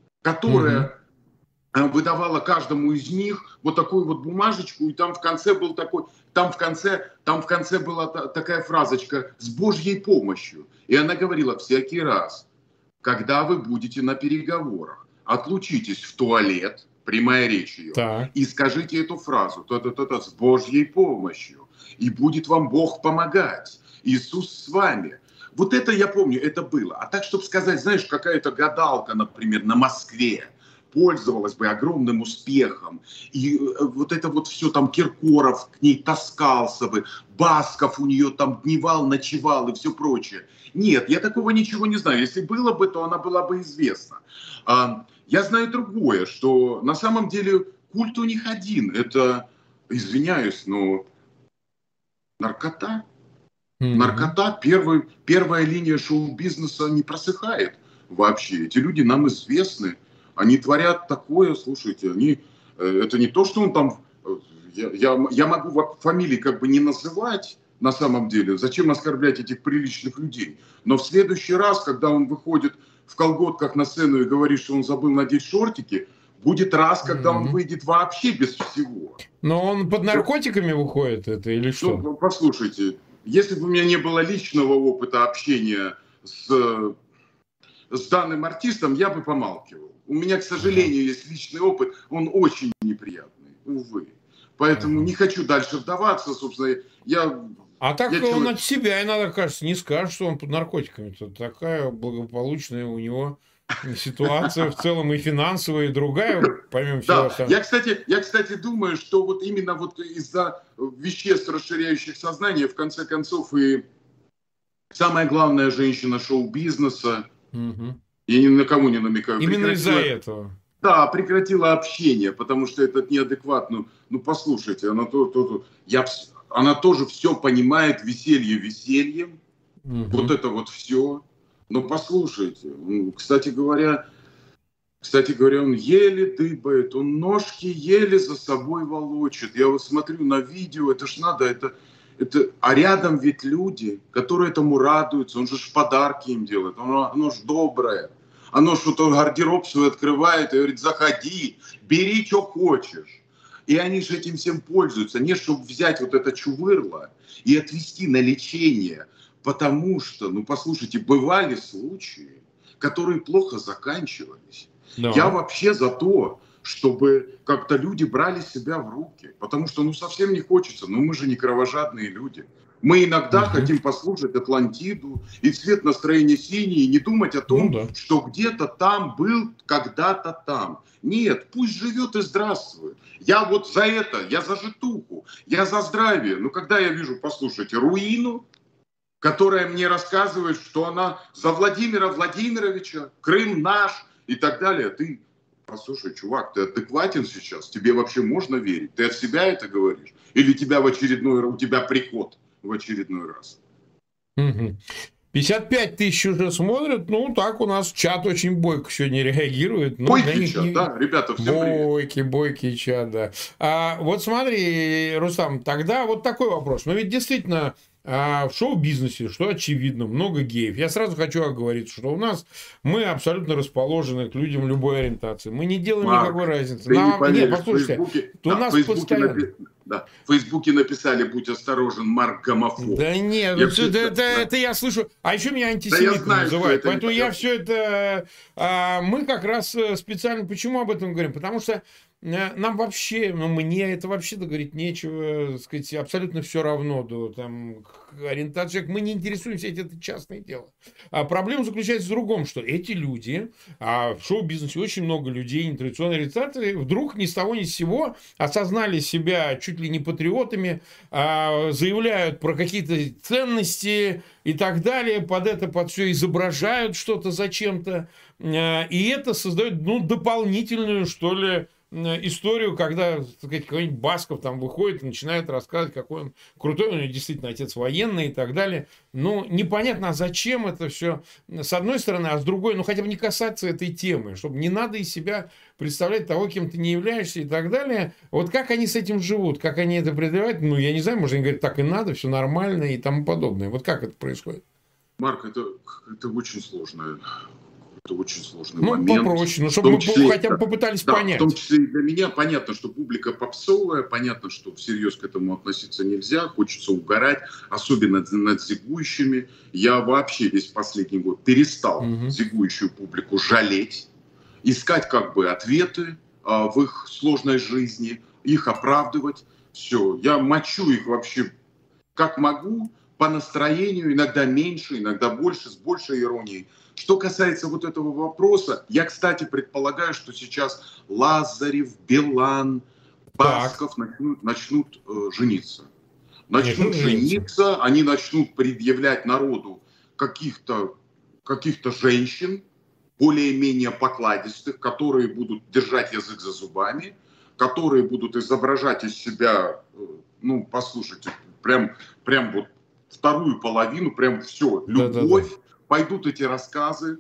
Speaker 2: которая mm-hmm. выдавала каждому из них вот такую вот бумажечку, и там в конце был такой, там в конце, там в конце была та, такая фразочка «с Божьей помощью». И она говорила: всякий раз, когда вы будете на переговорах, отлучитесь в туалет, прямая речь ее, так. и скажите эту фразу «то-то-то-то с Божьей помощью», и будет вам Бог помогать. Иисус с вами. Вот это я помню, это было. А так, чтобы сказать, знаешь, какая-то гадалка, например, на Москве пользовалась бы огромным успехом, и вот это вот все там, Киркоров к ней таскался бы, Басков у нее там дневал, ночевал и все прочее. Нет, я такого ничего не знаю. Если было бы, то она была бы известна. Я знаю другое, что на самом деле культ у них один. Это, извиняюсь, но наркота. Mm-hmm. Наркота, первый, первая линия шоу-бизнеса не просыхает вообще. Эти люди нам известны. Они творят такое, слушайте, они, это не то, что он там... Я, я, я могу фамилии как бы не называть на самом деле. Зачем оскорблять этих приличных людей? Но в следующий раз, когда он выходит в колготках на сцену и говорит, что он забыл надеть шортики, будет раз, когда mm-hmm. он выйдет вообще без всего.
Speaker 1: Но он под наркотиками это... выходит это или что?
Speaker 2: Ну, послушайте, если бы у меня не было личного опыта общения с, с данным артистом, я бы помалкивал. У меня, к сожалению, есть личный опыт, он очень неприятный, увы. Поэтому ага. не хочу дальше вдаваться, собственно, я...
Speaker 1: А так
Speaker 2: я
Speaker 1: он
Speaker 2: человек...
Speaker 1: от себя иногда, кажется, не скажет, что он под наркотиками. Это такая благополучная у него ситуация в целом и финансовая, и другая, помимо всего
Speaker 2: остального. Я, кстати, я, кстати, думаю, что вот именно вот из-за веществ, расширяющих сознание, в конце концов, и самая главная женщина шоу-бизнеса.
Speaker 1: Угу.
Speaker 2: Я ни на кого не намекаю.
Speaker 1: Именно из-за этого.
Speaker 2: Да, прекратила общение, потому что этот неадекват. Ну, ну послушайте, она, то, то, то, я, она тоже все понимает, веселье весельем. Угу. Вот это вот все. Но послушайте, кстати говоря, кстати говоря, он еле дыбает, он ножки еле за собой волочит. Я вот смотрю на видео, это ж надо, это, это, а рядом ведь люди, которые этому радуются, он же ж подарки им делает, оно, оно ж доброе. Оно что-то гардероб свой открывает и говорит, заходи, бери, что хочешь. И они же этим всем пользуются. Не чтобы взять вот это чувырло и отвезти на лечение. Потому что, ну послушайте, бывали случаи, которые плохо заканчивались. Да. Я вообще за то, чтобы как-то люди брали себя в руки. Потому что ну совсем не хочется. Но мы же не кровожадные люди. Мы иногда uh-huh. хотим послушать Атлантиду и цвет настроения синий, и не думать о том, ну, да. что где-то там был, когда-то там. Нет, пусть живет и здравствует. Я вот за это, я за житуху, я за здравие. Но когда я вижу, послушайте, руину, которая мне рассказывает, что она за Владимира Владимировича, Крым наш и так далее, ты... Послушай, чувак, ты адекватен сейчас? Тебе вообще можно верить? Ты от себя это говоришь? Или тебя в очередной, у тебя приход в очередной раз?
Speaker 1: пятьдесят пять тысяч уже смотрят. Ну, так у нас чат очень бойко сегодня реагирует. Ну,
Speaker 2: бойкий чат, не... да, ребята, всем привет.
Speaker 1: Бойкий, бойкий чат, да. А, вот смотри, Рустам, тогда вот такой вопрос. Ну, ведь действительно... А в шоу-бизнесе, что очевидно, много геев. Я сразу хочу оговориться, что у нас мы абсолютно расположены к людям любой ориентации. Мы не делаем Марк, никакой разницы.
Speaker 2: Нам...
Speaker 1: Не поверишь,
Speaker 2: Нет, послушайте, Фейсбуке... у да, нас в постоянно... напи... да, в Фейсбуке написали, будь осторожен, Марк гомофоб.
Speaker 1: Да нет, я все, это, это, да. это я слышу. А еще меня антисемитом да называют. Поэтому я все это... А, мы как раз специально... Почему об этом говорим? Потому что нам вообще, ну, мне это вообще-то говорить нечего, так сказать, абсолютно все равно до там, ориентации. Мы не интересуемся, это частное дело. А проблема заключается в другом, что эти люди, а в шоу-бизнесе очень много людей нетрадиционной ориентации, вдруг ни с того ни с сего осознали себя чуть ли не патриотами, а, заявляют про какие-то ценности и так далее, под это, под все изображают что-то зачем-то, и это создает, ну, дополнительную, что ли, историю, когда, так сказать, какой-нибудь Басков там выходит и начинает рассказывать, какой он крутой, у него действительно отец военный и так далее. Ну, непонятно, а зачем это все, с одной стороны, а с другой, ну, хотя бы не касаться этой темы, чтобы не надо из себя представлять того, кем ты не являешься и так далее. Вот как они с этим живут, как они это преодолевают, ну, я не знаю, может, они говорят, так и надо, все нормально и тому подобное. Вот как это происходит?
Speaker 2: Марк, это, это очень сложно. Это очень сложный
Speaker 1: ну,
Speaker 2: момент.
Speaker 1: Попроще, ну, чтобы мы числе, хотя бы попытались
Speaker 2: да,
Speaker 1: понять.
Speaker 2: В том числе и для меня понятно, что публика попсовая, понятно, что всерьез к этому относиться нельзя, хочется угорать, особенно над зигующими. Я вообще весь последний год перестал угу. зигующую публику жалеть, искать как бы ответы а, в их сложной жизни, их оправдывать. Все, я мочу их вообще как могу, по настроению, иногда меньше, иногда больше, с большей иронией. Что касается вот этого вопроса, я, кстати, предполагаю, что сейчас Лазарев, Билан, Басков начнут, начнут э, жениться. Начнут жениться, они начнут предъявлять народу каких-то каких-то женщин, более-менее покладистых, которые будут держать язык за зубами, которые будут изображать из себя, э, ну, послушайте, прям, прям вот вторую половину, прям все, любовь. Да-да-да. Пойдут эти рассказы,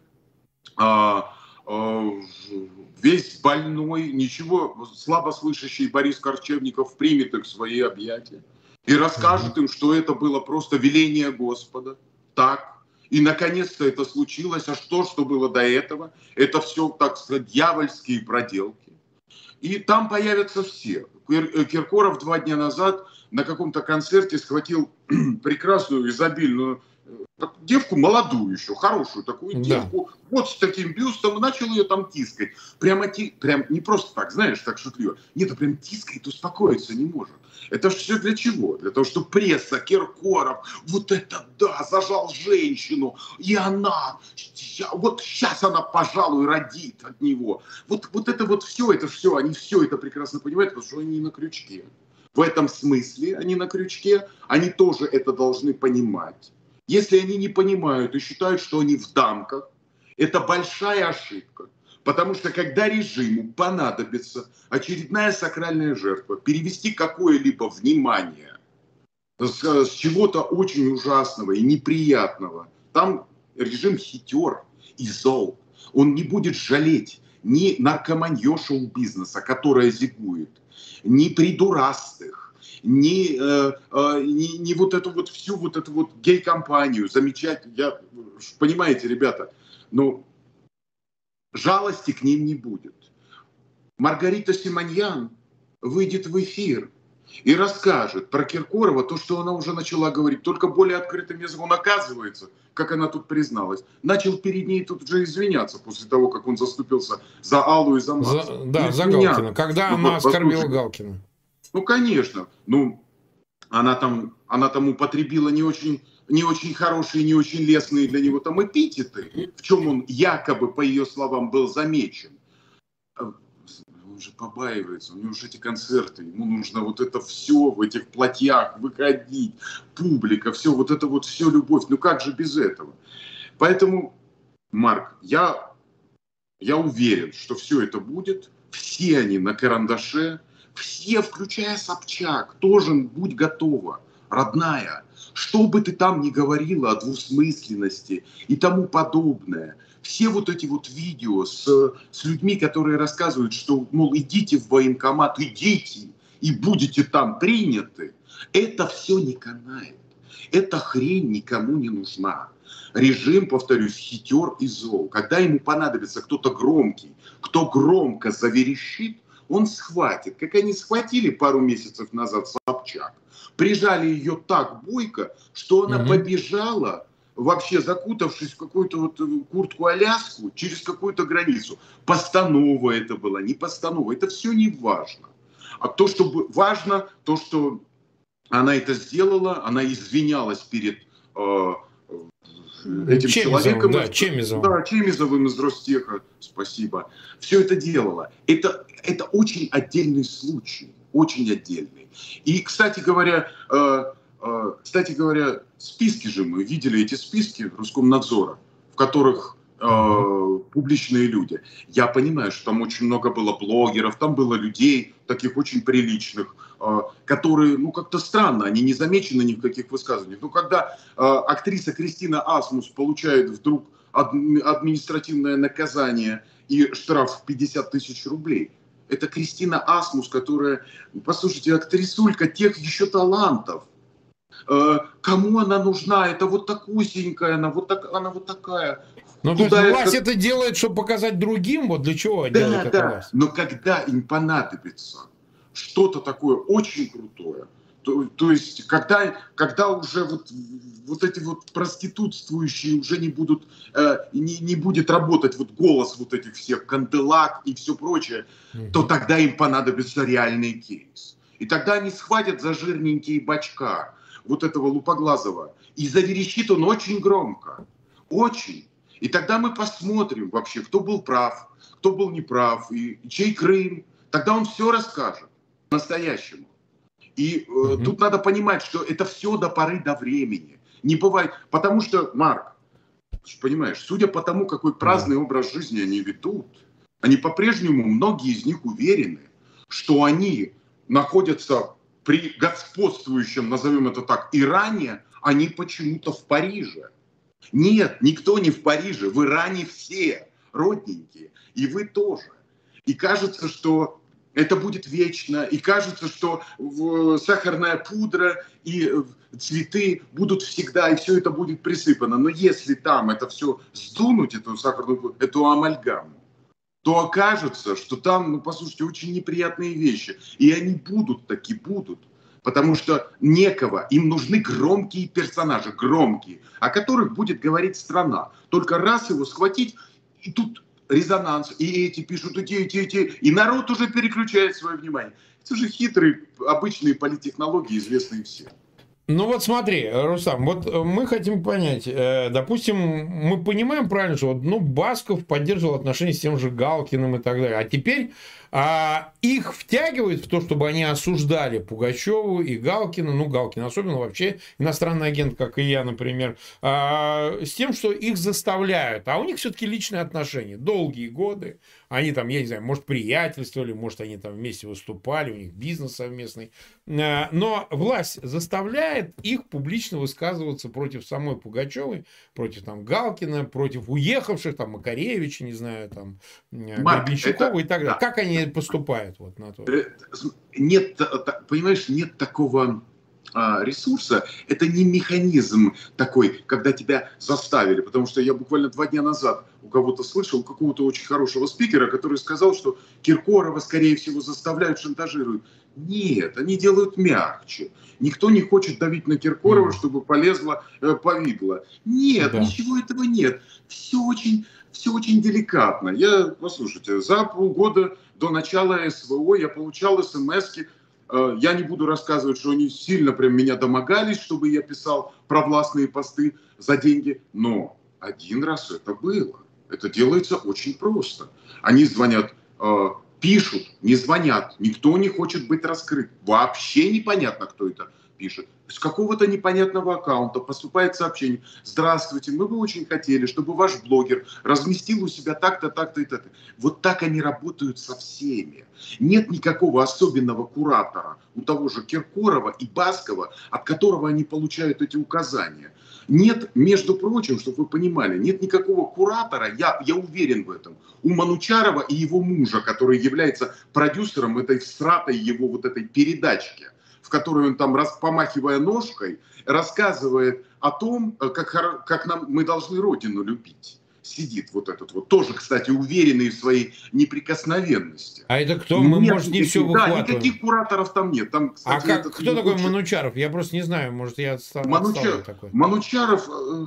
Speaker 2: а, а, весь больной, ничего, слабослышащий Борис Корчевников примет их в свои объятия и расскажет им, что это было просто веление Господа. Так. И наконец-то это случилось. А что, что было до этого? Это все, так сказать, дьявольские проделки. И там появятся все. Киркоров два дня назад на каком-то концерте схватил прекрасную, изобильную девку, молодую еще, хорошую такую девку, да. Вот с таким бюстом, и начал ее там тискать. Прямо, ти, прям не просто так, знаешь, так шутливо. Нет, а прям тискает, успокоиться не может. Это все для чего? Для того, чтобы пресса, Киркоров, вот это да, зажал женщину, и она, вот сейчас она, пожалуй, родит от него. Вот, вот это вот все, это все, они все это прекрасно понимают, потому что они на крючке. В этом смысле они на крючке, они тоже это должны понимать. Если они не понимают и считают, что они в дамках, это большая ошибка. Потому что когда режиму понадобится очередная сакральная жертва, перевести какое-либо внимание с, с чего-то очень ужасного и неприятного, там режим хитер и зол. Он не будет жалеть ни наркоманье шоу-бизнеса, которая зигует, ни придурастых, ни, э, э, ни, ни вот эту вот всю вот эту вот гей-компанию замечательно. Я, понимаете, ребята, ну, жалости к ним не будет. Маргарита Симоньян выйдет в эфир и расскажет про Киркорова то, что она уже начала говорить, только более открытым языком. Он, оказывается, как она тут призналась, начал перед ней тут же извиняться после того, как он заступился за Аллу и за Макса.
Speaker 1: За, да, за Галкина, когда ну, она оскорбила Галкина.
Speaker 2: Ну, конечно. Ну, она там, она там употребила не очень, не очень хорошие, не очень лестные для него там эпитеты, в чем он якобы, по ее словам, был замечен. Он же побаивается, у него же эти концерты, ему нужно вот это все в этих платьях выходить, публика, все, вот это вот все любовь. Ну как же без этого? Поэтому, Марк, я, я уверен, что все это будет, все они на карандаше, все, включая Собчак, тоже будь готова, родная. Что бы ты там ни говорила о двусмысленности и тому подобное, все вот эти вот видео с, с людьми, которые рассказывают, что, мол, идите в военкомат, идите, и будете там приняты, это все не канает. Эта хрень никому не нужна. Режим, повторюсь, хитер и зол. Когда ему понадобится кто-то громкий, кто громко заверещит, он схватит. Как они схватили пару месяцев назад Собчак. Прижали ее так бойко, что она mm-hmm. побежала, вообще закутавшись в какую-то вот куртку-аляску через какую-то границу. Постанова это была, не постанова. Это все не важно. А то, что важно, то, что она это сделала, она извинялась перед э, этим
Speaker 1: Чемизовым,
Speaker 2: человеком.
Speaker 1: Да, Чемизовым.
Speaker 2: Да, Чемизовым из Ростеха. Спасибо. Все это делала. Это, это очень отдельный случай. Очень отдельный. И, кстати говоря, э, э, кстати говоря, списки же мы видели, эти списки Роскомнадзора, в которых э, публичные люди. Я понимаю, что там очень много было блогеров, там было людей таких очень приличных, э, которые, ну, как-то странно, они не замечены ни в каких высказываниях. Но когда э, актриса Кристина Асмус получает вдруг адми- административное наказание и штраф в пятьдесят тысяч рублей, это Кристина Асмус, которая, послушайте, актрисулька тех еще талантов. Э, кому она нужна? Это вот такусенькая, она вот, так, она вот такая.
Speaker 1: Ну, то есть власть это... это делает, чтобы показать другим? Вот для чего
Speaker 2: да,
Speaker 1: делает
Speaker 2: да,
Speaker 1: это власть?
Speaker 2: Но когда им понадобится что-то такое очень крутое, то, то есть когда, когда уже вот, вот эти вот проститутствующие уже не будут, э, не, не будет работать вот голос вот этих всех Канделак и все прочее, угу. то тогда им понадобится реальный кейс. И тогда они схватят за жирненькие бачка вот этого лупоглазого, и заверещит он очень громко, очень. И тогда мы посмотрим вообще, кто был прав, кто был неправ, и, и чей Крым. Тогда он все расскажет по-настоящему. И э, mm-hmm. тут надо понимать, что это все до поры до времени. Не бывает, потому что, Марк, понимаешь, судя по тому, какой праздный mm-hmm. образ жизни они ведут, они по-прежнему, многие из них уверены, что они находятся при господствующем, назовем это так, Иране, они почему-то в Париже. Нет, никто не в Париже, в Иране все родненькие, и вы тоже. И кажется, что это будет вечно, и кажется, что сахарная пудра и цветы будут всегда, и все это будет присыпано. Но если там это все сдунуть, эту сахарную пудру, эту амальгаму, то окажется, что там, ну, послушайте, очень неприятные вещи. И они будут таки будут. Потому что некого, им нужны громкие персонажи, громкие, о которых будет говорить страна. Только раз его схватить, и тут резонанс, и эти пишут, и те, и те, и те, и народ уже переключает свое внимание. Это же хитрые, обычные политтехнологии, известные всем.
Speaker 1: Ну вот смотри, Рустам, вот мы хотим понять, допустим, мы понимаем правильно, что вот, ну, Басков поддерживал отношения с тем же Галкиным и так далее, а теперь А их втягивают в то, чтобы они осуждали Пугачеву и Галкина, ну, Галкина особенно, вообще иностранный агент, как и я, например, а, с тем, что их заставляют. А у них все-таки личные отношения. Долгие годы. Они там, я не знаю, может, приятельствовали, может, они там вместе выступали, у них бизнес совместный. Но власть заставляет их публично высказываться против самой Пугачевой, против там Галкина, против уехавших, там, Макаревича, не знаю, там, Гребенщикова и так далее. Да. Как они поступают вот на то?
Speaker 2: Нет, понимаешь, нет такого ресурса, это не механизм такой, когда тебя заставили, потому что я буквально два дня назад у кого-то слышал, у какого-то очень хорошего спикера, который сказал, что Киркорова, скорее всего, заставляют, шантажируют. Нет, они делают мягче. Никто не хочет давить на Киркорова, mm. чтобы полезло э, повидло. Нет, да. Ничего этого нет. Все очень, все очень деликатно. Я, послушайте, за полгода до начала СВО я получал смс-ки. Я не буду рассказывать, что они сильно прям меня домогались, чтобы я писал провластные посты за деньги. Но один раз это было. Это делается очень просто. Они звонят, э, пишут, не звонят. Никто не хочет быть раскрыт. Вообще непонятно, кто это пишет. С какого-то непонятного аккаунта поступает сообщение. Здравствуйте, мы бы очень хотели, чтобы ваш блогер разместил у себя так-то, так-то и так-то. Вот так они работают со всеми. Нет никакого особенного куратора у того же Киркорова и Баскова, от которого они получают эти указания. Нет, между прочим, чтобы вы понимали, нет никакого куратора, я, я уверен в этом, у Манучарова и его мужа, который является продюсером этой всратой его вот этой передачки, в которой он там, раз, помахивая ножкой, рассказывает о том, как, как нам, мы должны Родину любить. Сидит вот этот вот, тоже, кстати, уверенный в своей неприкосновенности.
Speaker 1: А это кто? Мы, нет, может, не все выхватываем.
Speaker 2: Да, никаких кураторов там нет. Там, кстати,
Speaker 1: а как, кто такой лучше... Манучаров? Я просто не знаю, может, я отстал,
Speaker 2: Манучар...
Speaker 1: отстал такой.
Speaker 2: Манучаров... Э,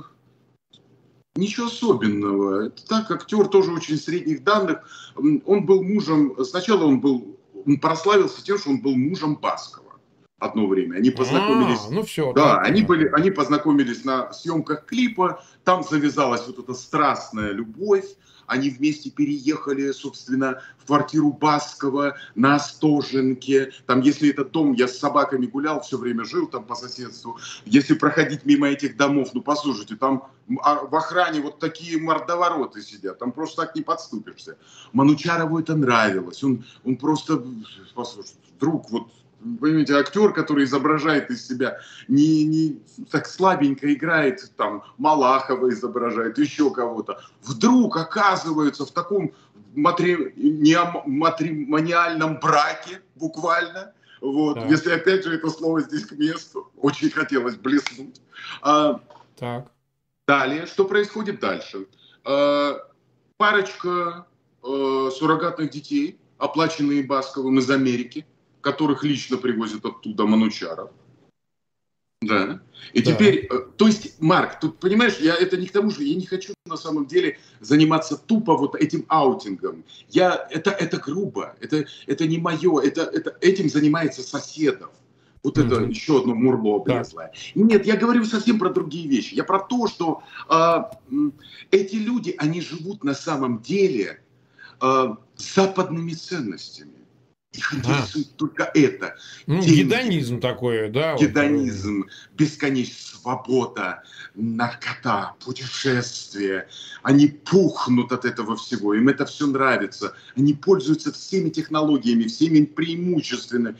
Speaker 2: ничего особенного. Это так, актер тоже очень средних данных. Он был мужем... Сначала он был... Он прославился тем, что он был мужем Баскова. Одно время. Они познакомились. А,
Speaker 1: ну все,
Speaker 2: да, они, были, они познакомились на съемках клипа. Там завязалась вот эта страстная любовь. Они вместе переехали, собственно, в квартиру Баскова на Остоженке. Там, если этот дом, я с собаками гулял, все время жил там по соседству. Если проходить мимо этих домов, ну, послушайте, там в охране вот такие мордовороты сидят. Там просто так не подступишься. Манучарову это нравилось. Он, он просто, послушайте, вдруг вот... Понимаете, актер, который изображает из себя, не, не так слабенько играет, там, Малахова изображает, еще кого-то, вдруг оказывается в таком матри... не матримониальном браке, буквально, вот, так. Если опять же это слово здесь к месту, очень хотелось блеснуть. А,
Speaker 1: так.
Speaker 2: Далее, что происходит дальше? А, парочка а, суррогатных детей, оплаченные Басковым из Америки, которых лично привозят оттуда Манучаров. Да. И да. Теперь, то есть, Марк, тут, понимаешь, я это не к тому же, я не хочу на самом деле заниматься тупо вот этим аутингом. Я, это, это грубо, это, это не мое, это, это, этим занимается Соседов. Вот mm-hmm. это еще одно мурло облезлое. Да. Нет, я говорю совсем про другие вещи. Я про то, что э, эти люди, они живут на самом деле э, западными ценностями. Их интересует а. только это.
Speaker 1: Ну, гедонизм такой, да?
Speaker 2: Гедонизм, вот. Бесконечная свобода, наркота, путешествия. Они пухнут от этого всего, им это все нравится. Они пользуются всеми технологиями, всеми преимуществами.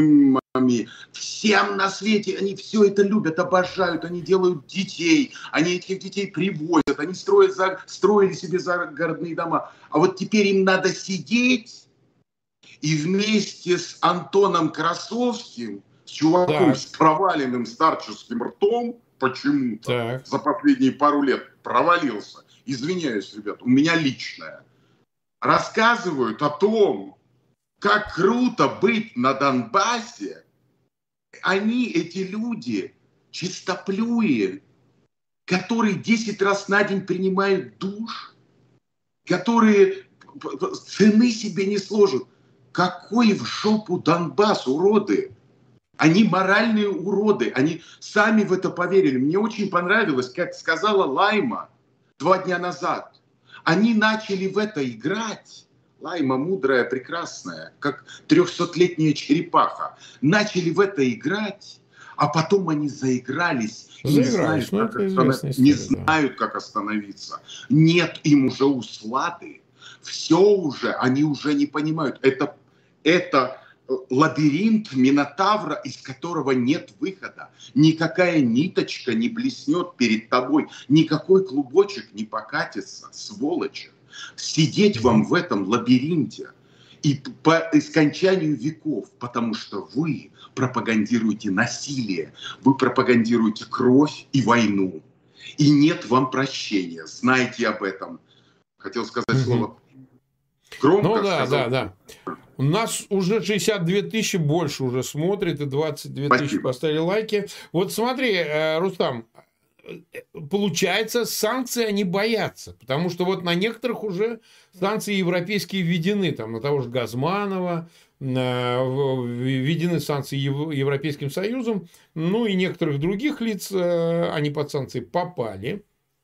Speaker 2: Всем на свете они все это любят, обожают, они делают детей, они этих детей привозят, они строят, строили себе загородные дома. А вот теперь им надо сидеть и вместе с Антоном Красовским, с чуваком так. с проваленным старческим ртом, почему-то так. за последние пару лет провалился, извиняюсь, ребят, у меня личное, рассказывают о том, как круто быть на Донбассе. Они, эти люди, чистоплюи, которые десять раз на день принимают душ, которые цены себе не сложат. Какой в жопу Донбасс, уроды? Они моральные уроды, они сами в это поверили. Мне очень понравилось, как сказала Лайма два дня назад. Они начали в это играть Лайма мудрая, прекрасная, как трехсотлетняя черепаха. Начали в это играть, а потом они заигрались и не знают,
Speaker 1: Заигрались, ну
Speaker 2: как
Speaker 1: это
Speaker 2: останов-
Speaker 1: известная
Speaker 2: не
Speaker 1: история, да.
Speaker 2: знают, как остановиться. Нет им уже услады. Все уже, они уже не понимают. Это, это э, лабиринт Минотавра, из которого нет выхода. Никакая ниточка не блеснет перед тобой. Никакой клубочек не покатится, сволочи. Сидеть вам в этом лабиринте и по скончанию веков, потому что вы пропагандируете насилие, вы пропагандируете кровь и войну. И нет вам прощения. Знайте об этом. Хотел сказать
Speaker 1: Мгм.
Speaker 2: слово громко,
Speaker 1: Ну да,
Speaker 2: сказал.
Speaker 1: да, да. У нас уже шестьдесят две тысячи больше уже смотрит, и двадцать две тысячи
Speaker 2: Спасибо.
Speaker 1: поставили лайки. Вот смотри, э, Рустам, э, получается, санкции они боятся, потому что вот на некоторых уже санкции европейские введены, там на того же Газманова, на- в- введены санкции Ев- Европейским Союзом, ну и некоторых других лиц, э, они под санкции попали.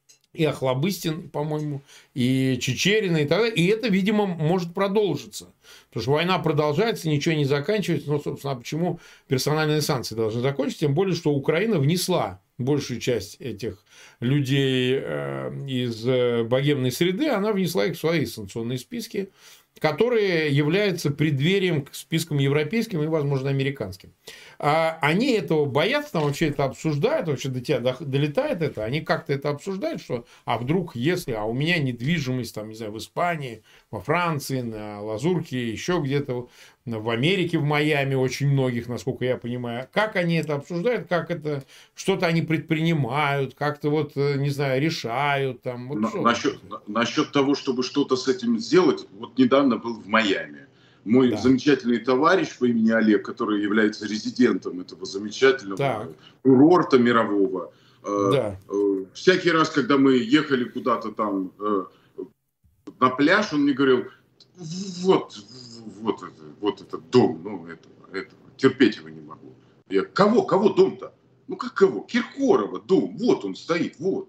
Speaker 1: И Охлобыстин, по-моему, и Чичерина, и так далее. И это, видимо, может продолжиться. Потому что война продолжается, ничего не заканчивается. Но, собственно, а почему персональные санкции должны закончиться? Тем более, что Украина внесла большую часть этих людей э, из э, богемной среды, она внесла их в свои санкционные списки, которые являются преддверием к спискам европейским и, возможно, американским. А они этого боятся, там вообще это обсуждают, вообще до тебя дох- долетает это, они как-то это обсуждают, что а вдруг, если, а у меня недвижимость, там, не знаю, в Испании, во Франции, на Лазурке, еще где-то, в Америке, в Майами, очень многих, насколько я понимаю, как они это обсуждают, как это, что-то они предпринимают, как-то вот, э, не знаю, решают, там, вот
Speaker 2: На-
Speaker 1: что.
Speaker 2: Насчет, насчет того, чтобы что-то с этим сделать, вот недавно был в Майами. Мой
Speaker 1: Да.
Speaker 2: замечательный товарищ по имени Олег, который является резидентом этого замечательного
Speaker 1: Так.
Speaker 2: курорта мирового, э,
Speaker 1: Да.
Speaker 2: э, всякий раз, когда мы ехали куда-то там э, на пляж, он мне говорил: вот, вот, это, вот этот дом, ну, этого, этого, терпеть его не могу. Я: кого, кого дом-то? Ну, как кого? Киркорова дом, вот он стоит, вот.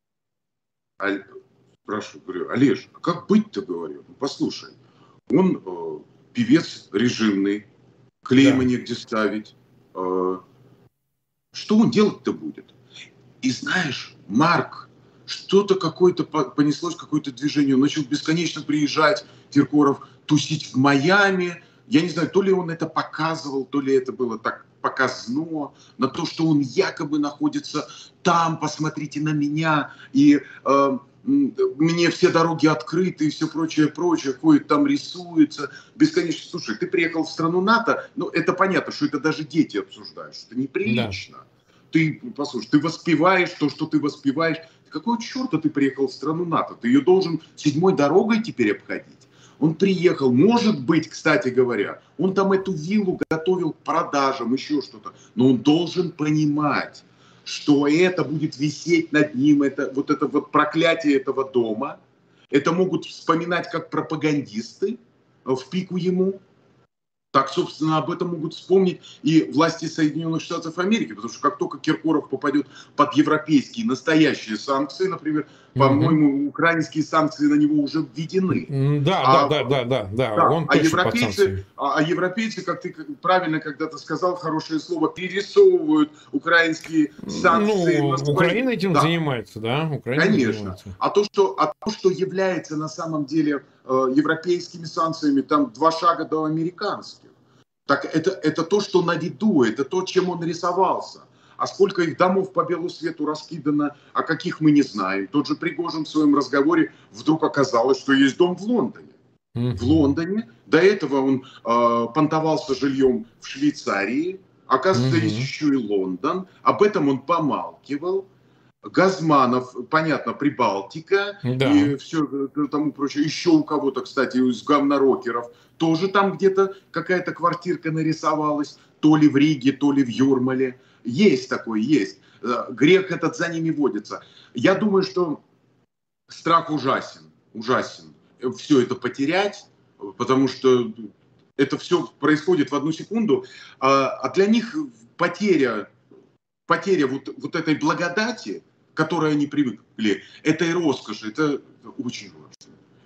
Speaker 2: А, спрашиваю, говорю: Олеж, а как быть-то, говорю? Ну, послушай, он э, певец режимный, клейма
Speaker 1: Да.
Speaker 2: негде ставить. Э, что он делать-то будет? И знаешь, Марк, что-то какое-то по- понеслось, какое-то движение. Он начал бесконечно приезжать, Киркоров, тусить в Майами. Я не знаю, то ли он это показывал, то ли это было так показно, на то, что он якобы находится там, посмотрите на меня, и э, м, мне все дороги открыты, и все прочее, прочее, ходит там, рисуется, бесконечно. Слушай, ты приехал в страну НАТО, ну, это понятно, что это даже дети обсуждают, что это неприлично. Ты, послушай, ты воспеваешь то, что ты воспеваешь. Какого черта ты приехал в страну НАТО? Ты ее должен седьмой дорогой теперь обходить. Он приехал, может быть, кстати говоря, он там эту виллу готовил к продажам, еще что-то. Но он должен понимать, что это будет висеть над ним, это, вот это вот проклятие этого дома. Это могут вспоминать как пропагандисты в пику ему. Так, собственно, об этом могут вспомнить и власти Соединенных Штатов Америки, потому что как только Киркоров попадет под европейские настоящие санкции, например, по-моему, украинские санкции на него уже введены.
Speaker 1: М, Да,
Speaker 2: А,
Speaker 1: да, да, да, да, да,
Speaker 2: да,
Speaker 1: он
Speaker 2: а
Speaker 1: точно под
Speaker 2: европейцы,
Speaker 1: санкциями.
Speaker 2: а, а европейцы, как ты правильно когда-то сказал, хорошее слово, перерисовывают украинские санкции
Speaker 1: Ну,
Speaker 2: на свои.
Speaker 1: Украина этим
Speaker 2: Да.
Speaker 1: занимается, да, Украина
Speaker 2: Конечно.
Speaker 1: занимается.
Speaker 2: А то, что, а то, что является на самом деле э, европейскими санкциями, там два шага до американских. Так это, это то, что на виду, это то, чем он рисовался. А сколько их домов по белу свету раскидано, о каких мы не знаем. Тот же Пригожин в своем разговоре вдруг оказалось, что есть дом в Лондоне. В Лондоне. До этого он э, понтовался жильем в Швейцарии. Оказывается,
Speaker 1: Мгм.
Speaker 2: есть еще и Лондон. Об этом он помалкивал. Газманов, понятно, Прибалтика
Speaker 1: Да.
Speaker 2: и все тому прочее. Еще у кого-то, кстати, из говнорокеров тоже там где-то какая-то квартирка нарисовалась. То ли в Риге, то ли в Юрмале. Есть такое, есть. Э, Грех этот за ними водится. Я думаю, что страх ужасен. Ужасен. Все это потерять, потому что это все происходит в одну секунду. А а для них потеря потеря вот, вот этой благодати, к которой они привыкли, этой роскоши, это очень важно.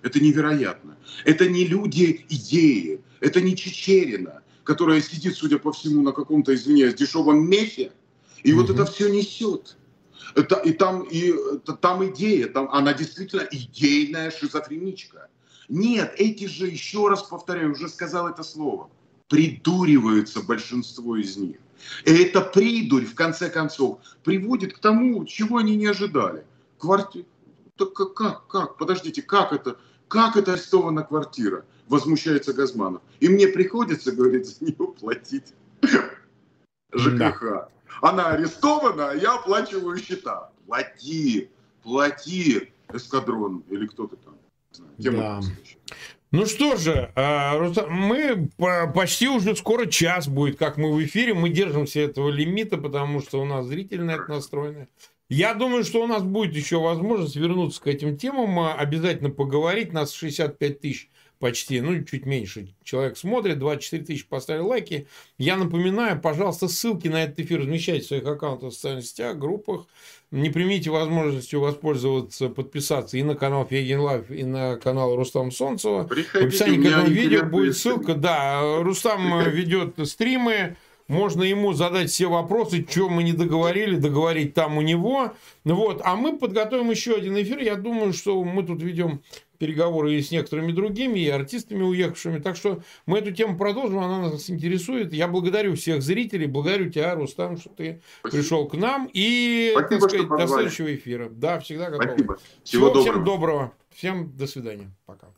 Speaker 2: Это невероятно. Это не люди идеи. Это не Чичерина, которая сидит, судя по всему, на каком-то, извиняюсь, дешевом мефе. И угу. вот это все несет. Это, и там, и, это, там идея. Там, она действительно идейная шизофреничка. Нет, эти же, еще раз повторяю, уже сказал это слово, придуриваются большинство из них. И эта придурь, в конце концов, приводит к тому, чего они не ожидали. Квартира. Так как, как, как? Подождите, как это? Как это арестована квартира? Возмущается Газманов. И мне приходится, говорит, за нее платить ЖКХ. Да. Она арестована, а я оплачиваю счета. Плати, плати, эскадрон или кто-то там.
Speaker 1: Да. Ну что же, мы почти уже скоро час будет, как мы в эфире. Мы держимся этого лимита, потому что у нас зрители на это настроены. Я думаю, что у нас будет еще возможность вернуться к этим темам, обязательно поговорить. Нас шестьдесят пять тысяч почти, ну, чуть меньше человек смотрит, двадцать четыре тысячи поставили лайки. Я напоминаю, пожалуйста, ссылки на этот эфир размещайте в своих аккаунтах в социальных сетях, группах. Не примите возможностью воспользоваться, подписаться и на канал Фейгин Лайв, и на канал Рустама Солнцева.
Speaker 2: Приходите,
Speaker 1: в описании к этому видео будет ссылка. Да, Рустам Приходите. ведет стримы. Можно ему задать все вопросы, что мы не договорили, договорить там у него. Вот. А мы подготовим еще один эфир. Я думаю, что мы тут ведем переговоры и с некоторыми другими, и артистами уехавшими. Так что мы эту тему продолжим, она нас интересует. Я благодарю всех зрителей, благодарю тебя, Рустам, что ты Спасибо. пришел к нам. И,
Speaker 2: Спасибо,
Speaker 1: так сказать, до следующего эфира. Да, всегда готов.
Speaker 2: Спасибо.
Speaker 1: Всего,
Speaker 2: Всего
Speaker 1: всем
Speaker 2: доброго.
Speaker 1: доброго. Всем до свидания. Пока.